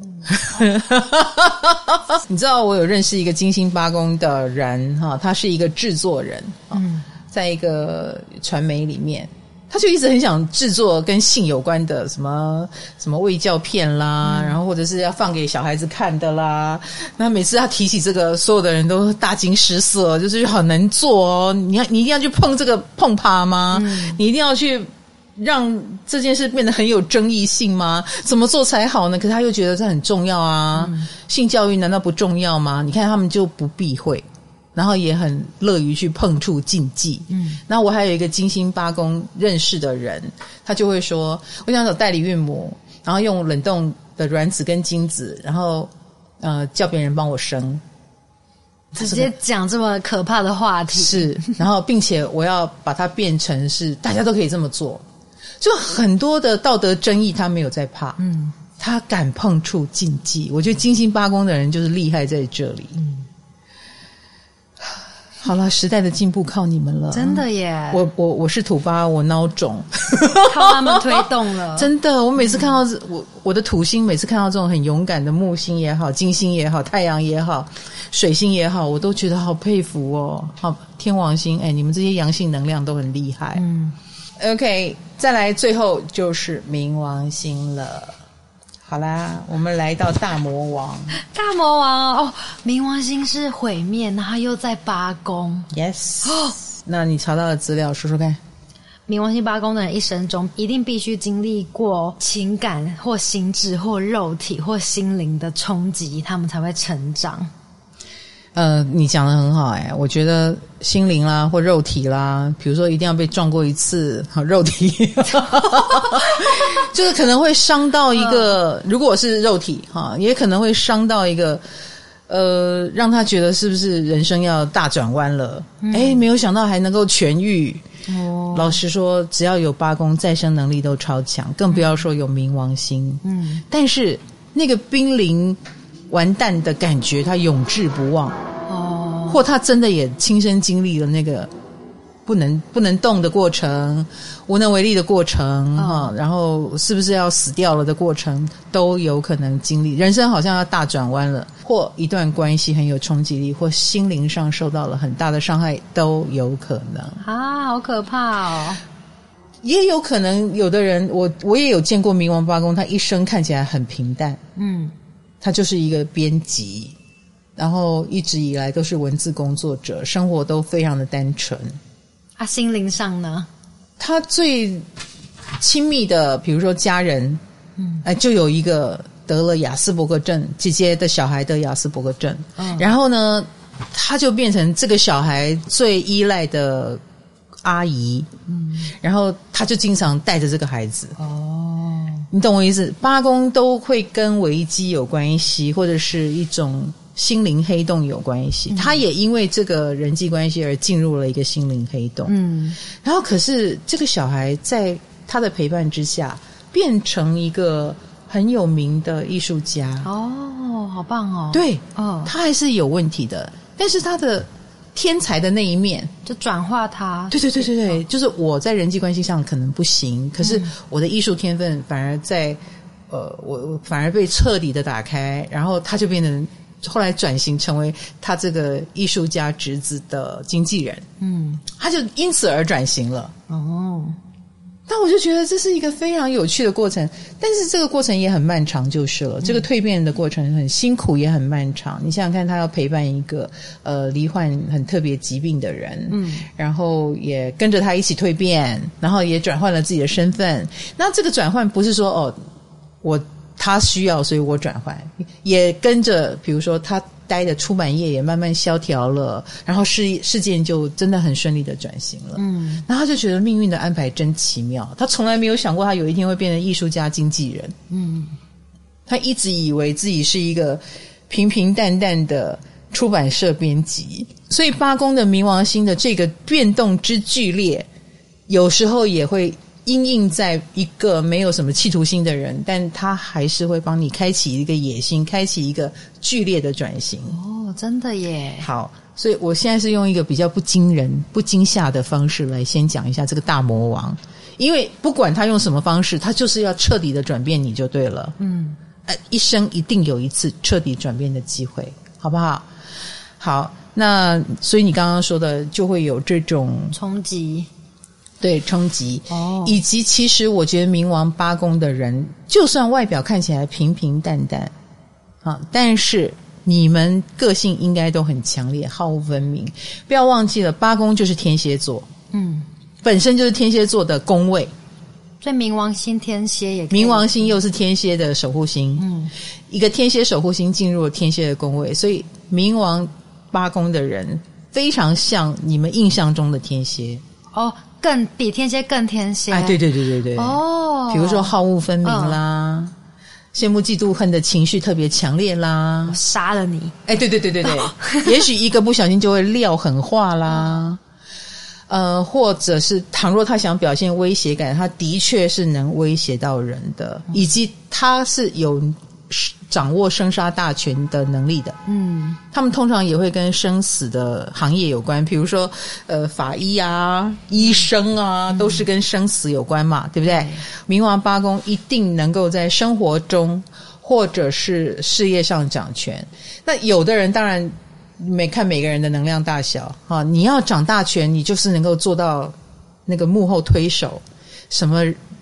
你知道我有认识一个金星八宫的人哈，他是一个制作人，嗯，在一个传媒里面，他就一直很想制作跟性有关的什么什么卫教片啦，嗯，然后或者是要放给小孩子看的啦。那每次他提起这个，所有的人都大惊失色，就是好难做哦，你要你一定要去碰这个碰趴吗？嗯，你一定要去让这件事变得很有争议性吗？怎么做才好呢？可是他又觉得这很重要啊，嗯，性教育难道不重要吗？你看他们就不避讳，然后也很乐于去碰触禁忌。嗯，然后我还有一个金星八宫认识的人，他就会说，我想找代理孕母，然后用冷冻的卵子跟精子，然后呃叫别人帮我生。 直接讲这么可怕的话题。 是，然后并且我要把它变成是大家都可以这么做。就很多的道德争议他没有在怕，嗯，他敢碰触禁忌。我觉得金星八宫的人就是厉害在这里。嗯，好了，时代的进步靠你们了， 真的耶！ 我我我是土八，我孬种， 靠他们推动了。 真的，我每次看到，嗯，我我的土星，每次看到这种很勇敢的木星也好，金星也好，太阳也好，水星也好，我都觉得好佩服哦。好，天王星，哎，你们这些阳性能量都很厉害。嗯。OK， 再来最后就是冥王星了。 好啦，我们来到大魔王。 大魔王哦，冥王星是毁灭，然后又在八宫。 Yes， 哦，那你查到的资料说说看。 冥王星八宫的人一生中一定必须经历过情感或心智或肉体或心灵的冲击，他们才会成长。 呃，你讲得很好哎，我觉得心灵啦或肉体啦，比如说一定要被撞过一次，好肉体，就是可能会伤到一个，如果是肉体哈，也可能会伤到一个，呃，让他觉得是不是人生要大转弯了？哎、嗯，没有想到还能够痊愈。哦，老实说，只要有八宫，再生能力都超强，更不要说有冥王星。嗯，但是那个濒临完蛋的感觉，他永志不忘。哦，或他真的也亲身经历了那个不能不能动的过程，无能为力的过程，哈、哦，然后是不是要死掉了的过程，都有可能经历。人生好像要大转弯了，或一段关系很有冲击力，或心灵上受到了很大的伤害，都有可能。 啊，好可怕哦！ 也有可能有的人，我我也有见过冥王八宫，他一生看起来很平淡，嗯，他就是一个编辑。然后一直以来都是文字工作者，生活都非常的单纯。 啊，心灵上呢？ 他最亲密的，比如说家人，嗯，哎，就有一个得了亚斯伯格症，姐姐的小孩得亚斯伯格症，嗯，然后呢，他就变成这个小孩最依赖的阿姨，嗯，然后他就经常带着这个孩子。哦，你懂我意思？八宫都会跟危机有关系，或者是一种心灵黑洞有关系，他也因为这个人际关系而进入了一个心灵黑洞。嗯，然后可是这个小孩在他的陪伴之下，变成一个很有名的艺术家。 哦，好棒哦！ 对，哦，他还是有问题的，但是他的天才的那一面就转化他。 对对对对对，就是我在人际关系上可能不行，可是我的艺术天分反而在呃，我反而被彻底的打开，然后他就变成。后来转型成为他这个艺术家侄子的经纪人，嗯，他就因此而转型了。哦，但我就觉得这是一个非常有趣的过程，但是这个过程也很漫长就是了。嗯，这个蜕变的过程很辛苦也很漫长。你想想看，他要陪伴一个呃罹患很特别疾病的人，嗯，然后也跟着他一起蜕变，然后也转换了自己的身份。那这个转换不是说哦，我。他需要，所以我转换，也跟着，比如说他待的出版业也慢慢萧条了，然后事事件就真的很顺利的转型了。嗯，然后他就觉得命运的安排真奇妙，他从来没有想过他有一天会变成艺术家经纪人。嗯，他一直以为自己是一个平平淡淡的出版社编辑，所以八宫的冥王星的这个变动之剧烈，有时候也会因应在一个没有什么企图心的人，但他还是会帮你开启一个野心，开启一个剧烈的转型。 哦，真的耶！ 好，所以我现在是用一个比较不惊人、不惊吓的方式来先讲一下这个大魔王，因为不管他用什么方式，他就是要彻底的转变你就对了。嗯，呃，一生一定有一次彻底转变的机会，好不好？好，那所以你刚刚说的就会有这种冲击。 对，冲击哦，以及其实我觉得冥王八宫的人，就算外表看起来平平淡淡啊，但是你们个性应该都很强烈，好恶分明。不要忘记了，八宫就是天蝎座，嗯，本身就是天蝎座的宫位， 所以冥王星天蝎也可以， 冥王星又是天蝎的守护星，嗯，一个天蝎守护星进入了天蝎的宫位，所以冥王八宫的人非常像你们印象中的天蝎哦。更比天蝎更天蝎， 哎，对对对对对，哦，比如说好恶分明啦，嗯、羡慕嫉妒恨的情绪特别强烈啦， 我杀了你， 哎，对对对对对，也许一个不小心就会撂狠话啦，呃，或者是倘若他想表现威胁感，他的确是能威胁到人的，以及他是有掌握生杀大权的能力的。嗯，他们通常也会跟生死的行业有关，比如说呃法医啊、医生啊，都是跟生死有关嘛，对不对？冥王八宫一定能够在生活中或者是事业上掌权。那有的人当然没看每个人的能量大小啊，你要掌大权，你就是能够做到那个幕后推手，什么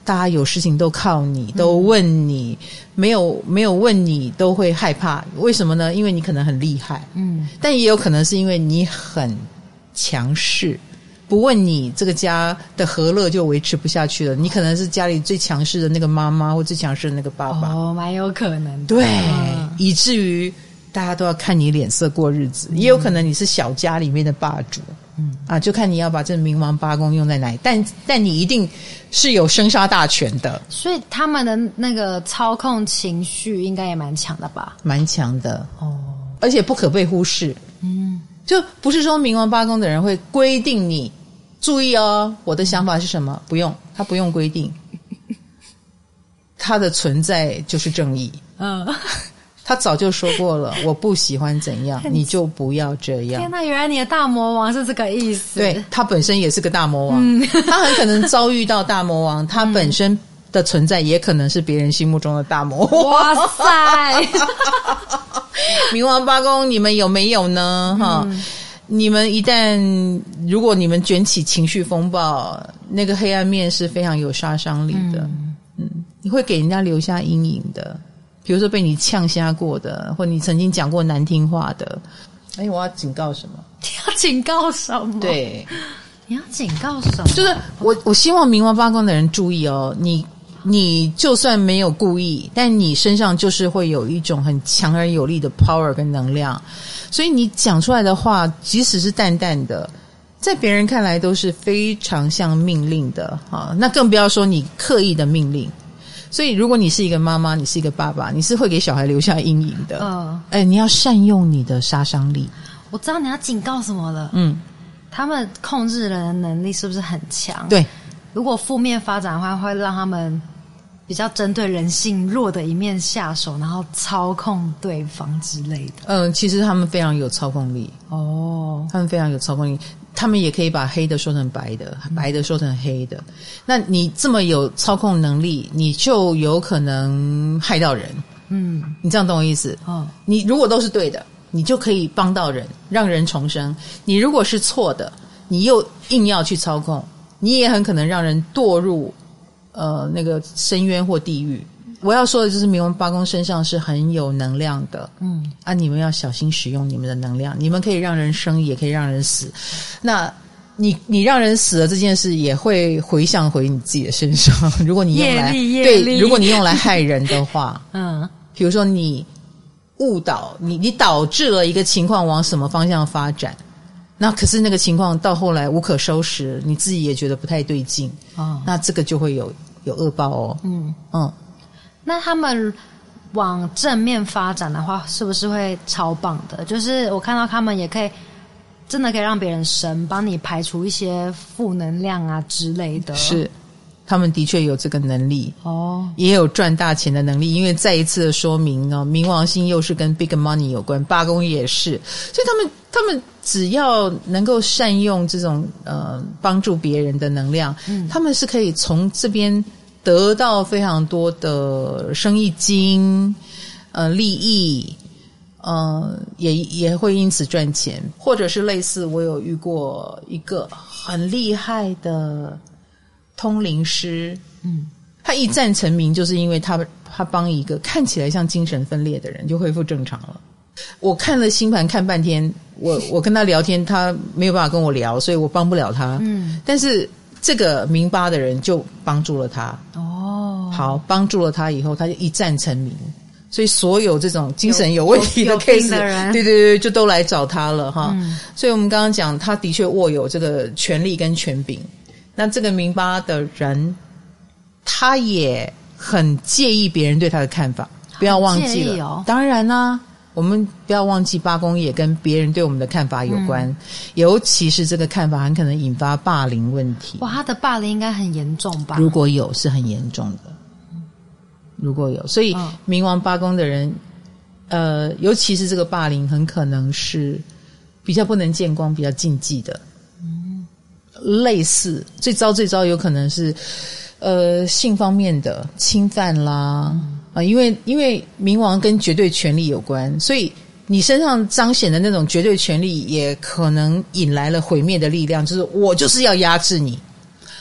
大家有事情都靠你，都问你，嗯、没有没有问你都会害怕，为什么呢？因为你可能很厉害，嗯，但也有可能是因为你很强势。不问你，这个家的和乐就维持不下去了。你可能是家里最强势的那个妈妈，或最强势的那个爸爸。 哦，蛮有可能的。 对，嗯、以至于大家都要看你脸色过日子。嗯、也有可能你是小家里面的霸主，嗯啊，就看你要把这冥王八宫用在哪里。但但你一定是有生杀大权的。 所以他们的那个操控情绪应该也蛮强的吧？ 蛮强的哦，而且不可被忽视。嗯。就不是说冥王八宫的人会规定你注意哦，我的想法是什么？不用，他不用规定，他的存在就是正义。嗯，他早就说过了，我不喜欢怎样，你就不要这样。 天哪，原来你的大魔王是这个意思。 对，他本身也是个大魔王，嗯、他很可能遭遇到大魔王，他本身的存在也可能是别人心目中的大魔王。 哇塞！ 冥王八宫你们有没有呢？哈、嗯，你们一旦如果你们卷起情绪风暴，那个黑暗面是非常有杀伤力的。嗯，嗯你会给人家留下阴影的，比如说被你呛瞎过的，或你曾经讲过难听话的。哎，我要警告什么？ 你要警告什么？ 对， 你要警告什么？ 就是我，我希望冥王八宫的人注意哦，你。你就算没有故意，但你身上就是会有一种很强而有力的 power 跟能量，所以你讲出来的话即使是淡淡的，在别人看来都是非常像命令的啊，那更不要说你刻意的命令。所以如果你是一个妈妈，你是一个爸爸，你是会给小孩留下阴影的。嗯，哎，你要善用你的杀伤力。 我知道你要警告什么了。嗯，他们控制人的能力是不是很强？ 对， 如果负面发展的话，会让他们比较针对人性弱的一面下手，然后操控对方之类的。 嗯，其实他们非常有操控力哦，他们非常有操控力，他们也可以把黑的说成白的，白的说成黑的。那你这么有操控能力，你就有可能害到人。嗯，你这样懂我意思？哦，你如果都是对的，你就可以帮到人，让人重生。你如果是错的，你又硬要去操控，你也很可能让人堕入呃，那个深渊或地狱。我要说的就是冥王八宫身上是很有能量的，嗯啊，你们要小心使用你们的能量，你们可以让人生，也可以让人死。那你你让人死了这件事，也会回向回你自己的身上。如果你用来对，如果你用来害人的话，嗯，比如说你误导你，你导致了一个情况往什么方向发展。那可是那个情况到后来无可收拾，你自己也觉得不太对劲，哦，那这个就会有有恶报哦。嗯嗯， 那他们往正面发展的话，是不是会超棒的？就是我看到他们也可以真的可以让别人生，帮你排除一些负能量啊之类的。 是，他们的确有这个能力哦，也有赚大钱的能力。因为再一次的说明哦，冥王星又是跟 big money 有关，八宫也是，所以他们他们只要能够善用这种呃帮助别人的能量，嗯，他们是可以从这边得到非常多的生意经呃利益，呃也也会因此赚钱，或者是类似我有遇过一个很厉害的通灵师，嗯，他一战成名，就是因为他他帮一个看起来像精神分裂的人就恢复正常了。我看了星盘看半天，我我跟他聊天，他没有办法跟我聊，所以我帮不了他。嗯，但是这个冥八的人就帮助了他。哦，好，帮助了他以后，他就一战成名。所以所有这种精神有问题的 case， 的人对对对，就都来找他了哈。嗯，所以我们刚刚讲，他的确握有这个权力跟权柄。那这个冥八的人，他也很介意别人对他的看法，不要忘记了。哦，当然啦，啊，我们不要忘记八宫也跟别人对我们的看法有关，嗯，尤其是这个看法很可能引发霸凌问题。 哇，他的霸凌应该很严重吧？ 如果有，是很严重的。如果有，所以冥王八宫的人，呃，尤其是这个霸凌，很可能是比较不能见光、比较禁忌的。嗯，类似最糟最糟，有可能是呃性方面的侵犯啦。嗯啊，因为因为冥王跟绝对权力有关，所以你身上彰显的那种绝对权力，也可能引来了毁灭的力量。就是我就是要压制你，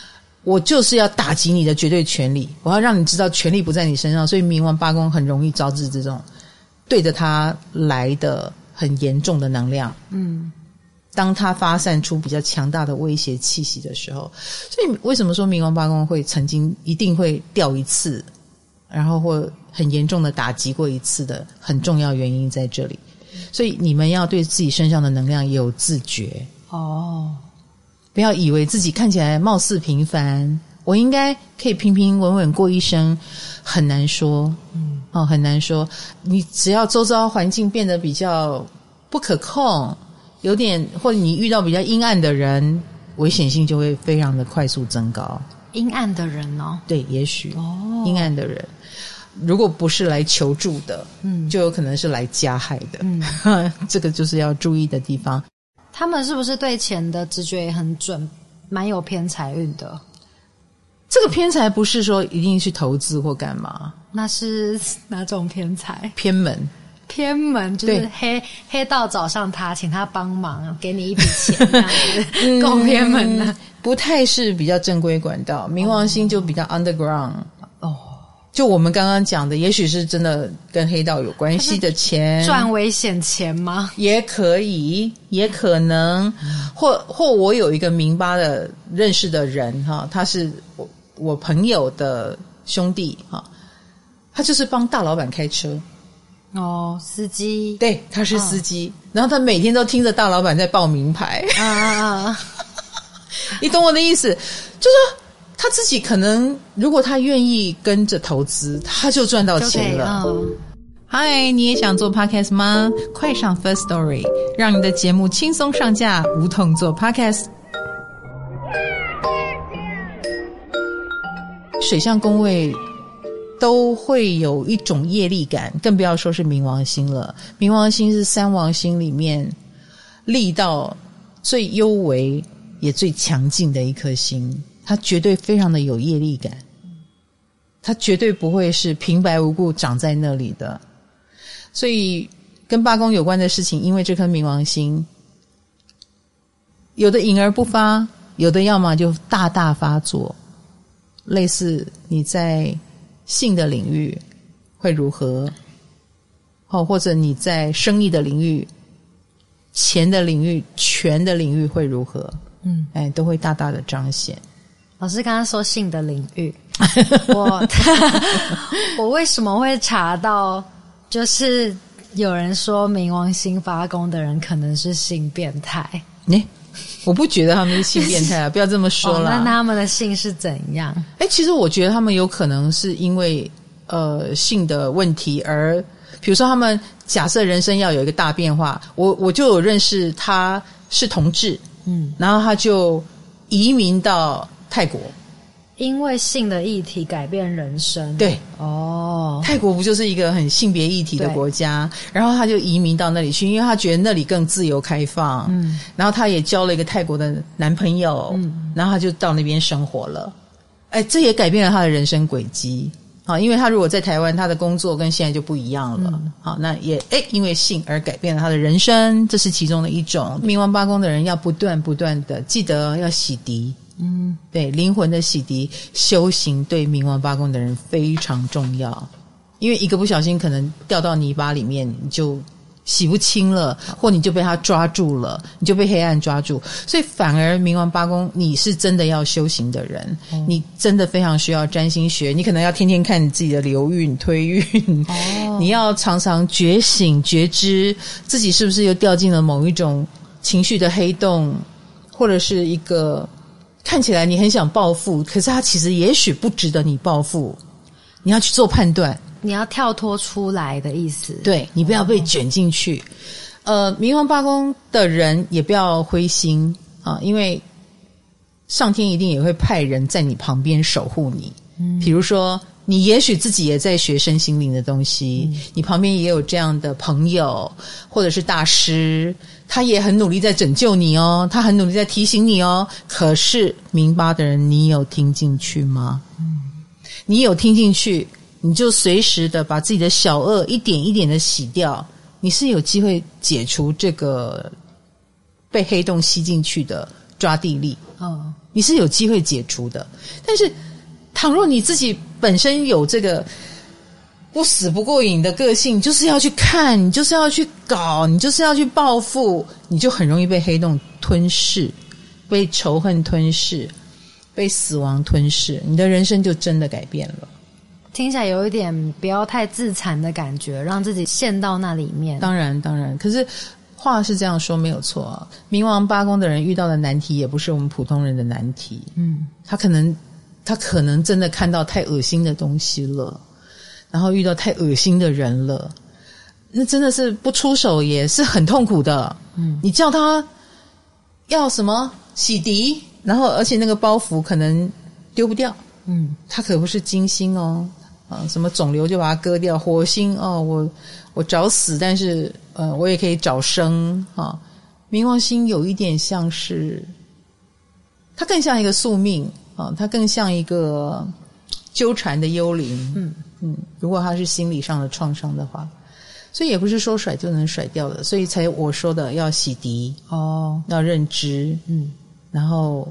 我就是要打击你的绝对权利，我要让你知道权力不在你身上，所以冥王八宫很容易招致这种对着他来的很严重的能量。嗯，当他发散出比较强大的威胁气息的时候，所以为什么说冥王八宫会曾经一定会掉一次，然后或很严重的打击过一次的很重要原因在这里。所以你们要对自己身上的能量有自觉哦，不要以为自己看起来貌似平凡，我应该可以平平稳稳过一生，很难说。嗯，哦，很难说。你只要周遭环境变得比较不可控，有点或者你遇到比较阴暗的人，危险性就会非常的快速增高。 阴暗的人哦， 对，也许哦，阴暗的人。如果不是来求助的，嗯，就有可能是来加害的，嗯，这个就是要注意的地方。 他们是不是对钱的直觉也很准，蛮有偏财运的？ 这个偏财不是说一定去投资或干嘛， 那是哪种偏财？ 偏门， 偏门就是黑黑道找上他，请他帮忙，给你一笔钱，这样子，够偏门的、嗯。 不太是比较正规管道，冥王星就比较 underground 哦。就我们刚刚讲的，也许是真的跟黑道有关系的钱， 赚危险钱吗？ 也可以，也可能，嗯、或或我有一个明巴的认识的人哈，他是我我朋友的兄弟哈，他就是帮大老板开车哦，司机， 对，他是司机，哦、然后他每天都听着大老板在报名牌啊啊啊！你懂我的意思，就说。他自己可能如果他愿意跟着投资，他就赚到钱了。嗨，你也想做 podcast 吗？快上 First Story， 让你的节目轻松上架，无痛做 podcast。水象宫位都会有一种业力感，更不要说是冥王星了。冥王星是三王星里面力道最幽微也最强劲的一颗星。它绝对非常的有业力感，它绝对不会是平白无故长在那里的。所以跟八宫有关的事情，因为这颗冥王星，有的隐而不发，有的要么就大大发作。类似你在性的领域会如何，或者你在生意的领域、钱的领域、权的领域会如何，嗯，哎，都会大大的彰显。 老师刚刚说性的领域，我我为什么会查到？就是有人说冥王星发宫的人可能是性变态。 欸，我不觉得他们是性变态啊，不要这么说啦。 哦，那他们的性是怎样？ 欸，其实我觉得他们有可能是因为呃性的问题而，比如说他们假设人生要有一个大变化，我我就有认识他是同志，嗯，然后他就移民到泰国， 因为性的议题改变人生。 对， 哦， 泰国不就是一个很性别议题的国家，然后他就移民到那里去，因为他觉得那里更自由开放，嗯，然后他也交了一个泰国的男朋友，嗯，然后他就到那边生活了。哎，这也改变了他的人生轨迹。好，因为他如果在台湾，他的工作跟现在就不一样了。嗯、好，那也诶，因为性而改变了他的人生，这是其中的一种。冥王八宫的人要不断不断的记得要洗涤，嗯，对，灵魂的洗涤，修行对冥王八宫的人非常重要。因为一个不小心可能掉到泥巴里面，你就洗不清了，或你就被他抓住了，你就被黑暗抓住。所以反而冥王八宫，你是真的要修行的人，嗯、你真的非常需要占星学，你可能要天天看你自己的流运推运，哦、你要常常觉醒觉知自己是不是又掉进了某一种情绪的黑洞，或者是一个看起来你很想报复，可是他其实也许不值得你报复，你要去做判断， 你要跳脱出来的意思。 对，你不要被卷进去。哦、呃，冥王八宫的人也不要灰心啊，因为上天一定也会派人在你旁边守护你。嗯，比如说你也许自己也在学身心灵的东西，嗯、你旁边也有这样的朋友或者是大师，他也很努力在拯救你哦，他很努力在提醒你哦。可是冥八的人，你有听进去吗？嗯，你有听进去，你就随时的把自己的小恶一点一点的洗掉，你是有机会解除这个被黑洞吸进去的抓地力。哦， 你是有机会解除的。但是倘若你自己本身有这个不死不过瘾的个性，就是要去看，你就是要去搞，你就是要去报复，你就很容易被黑洞吞噬，被仇恨吞噬，被死亡吞噬，你的人生就真的改变了。 听起来有一点不要太自残的感觉，让自己陷到那里面。 当然当然，可是话是这样说没有错啊，冥王八宫的人遇到的难题也不是我们普通人的难题。嗯，他可能他可能真的看到太恶心的东西了，然后遇到太恶心的人了，那真的是不出手也是很痛苦的。嗯，你叫他要什么洗涤，然后而且那个包袱可能丢不掉。嗯，他可不是金星哦，啊，什么肿瘤就把它割掉，火星哦，我我找死，但是呃，我也可以找生啊。冥王星有一点像是，它更像一个宿命啊，它更像一个纠缠的幽灵。嗯嗯，如果它是心理上的创伤的话，所以也不是说甩就能甩掉的，所以才我说的要洗涤哦，要认知，嗯，然后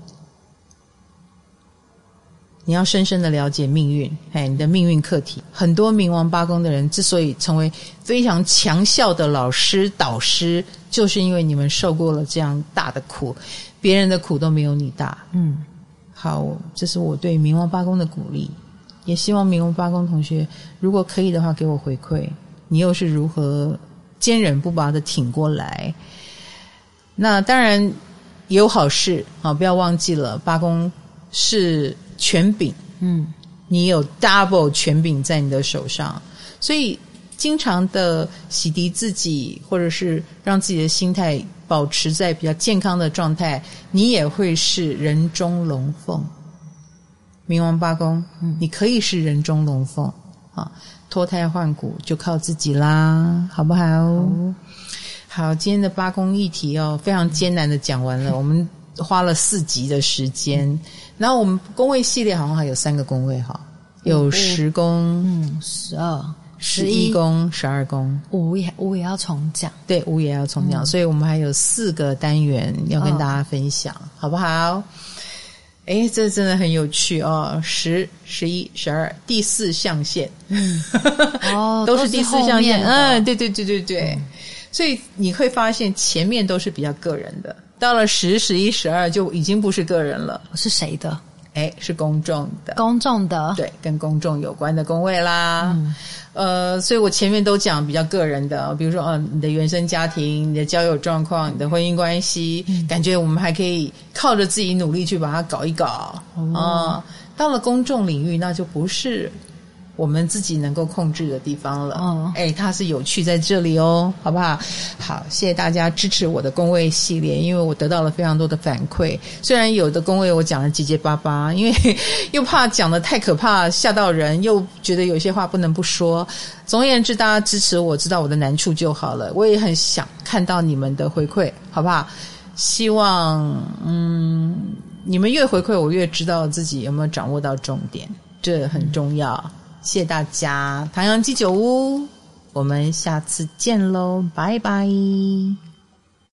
你要深深的了解命运，哎，你的命运课题。很多冥王八宫的人之所以成为非常强效的老师导师，就是因为你们受过了这样大的苦，别人的苦都没有你大。嗯，好，这是我对冥王八宫的鼓励，也希望冥王八宫同学如果可以的话给我回馈，你又是如何坚韧不拔的挺过来。那当然也有好事啊，不要忘记了八宫是权柄，嗯，你有 double 权柄在你的手上，所以经常的洗涤自己，或者是让自己的心态保持在比较健康的状态，你也会是人中龙凤。冥王八宫，嗯，你可以是人中龙凤啊，脱胎换骨就靠自己啦，好不好？好，好，今天的八宫议题哦，非常艰难的讲完了，我们花了四集的时间。嗯，然后我们宫位系列好像还有三个宫位哈，有十宫、 嗯，十二、 十一宫、十二宫， 五也五也要重讲， 对，五也要重讲，嗯，所以我们还有四个单元要跟大家分享，哦，好不好？诶，这真的很有趣哦，十、十一、十二，第四象限，嗯，哦，都是第四象限，嗯，对对对对对，嗯，所以你会发现前面都是比较个人的。到了十、十一、十二就已经不是个人了， 是谁的？ 哎，是公众的， 公众的， 对，跟公众有关的宫位啦。嗯，呃，所以我前面都讲比较个人的，比如说，呃，你的原生家庭、你的交友状况、你的婚姻关系，嗯，感觉我们还可以靠着自己努力去把它搞一搞啊，哦呃。到了公众领域，那就不是我们自己能够控制的地方了。哦，哎，它是有趣在这里哦，好不好？好，谢谢大家支持我的宫位系列，因为我得到了非常多的反馈。虽然有的宫位我讲的结结巴巴，因为又怕讲的太可怕吓到人，又觉得有些话不能不说。总而言之，大家支持我，知道我的难处就好了。我也很想看到你们的回馈，好不好？希望嗯，你们越回馈，我越知道自己有没有掌握到重点，这很重要。嗯，谢谢大家，唐阳鸡酒屋，我们下次见喽，拜拜。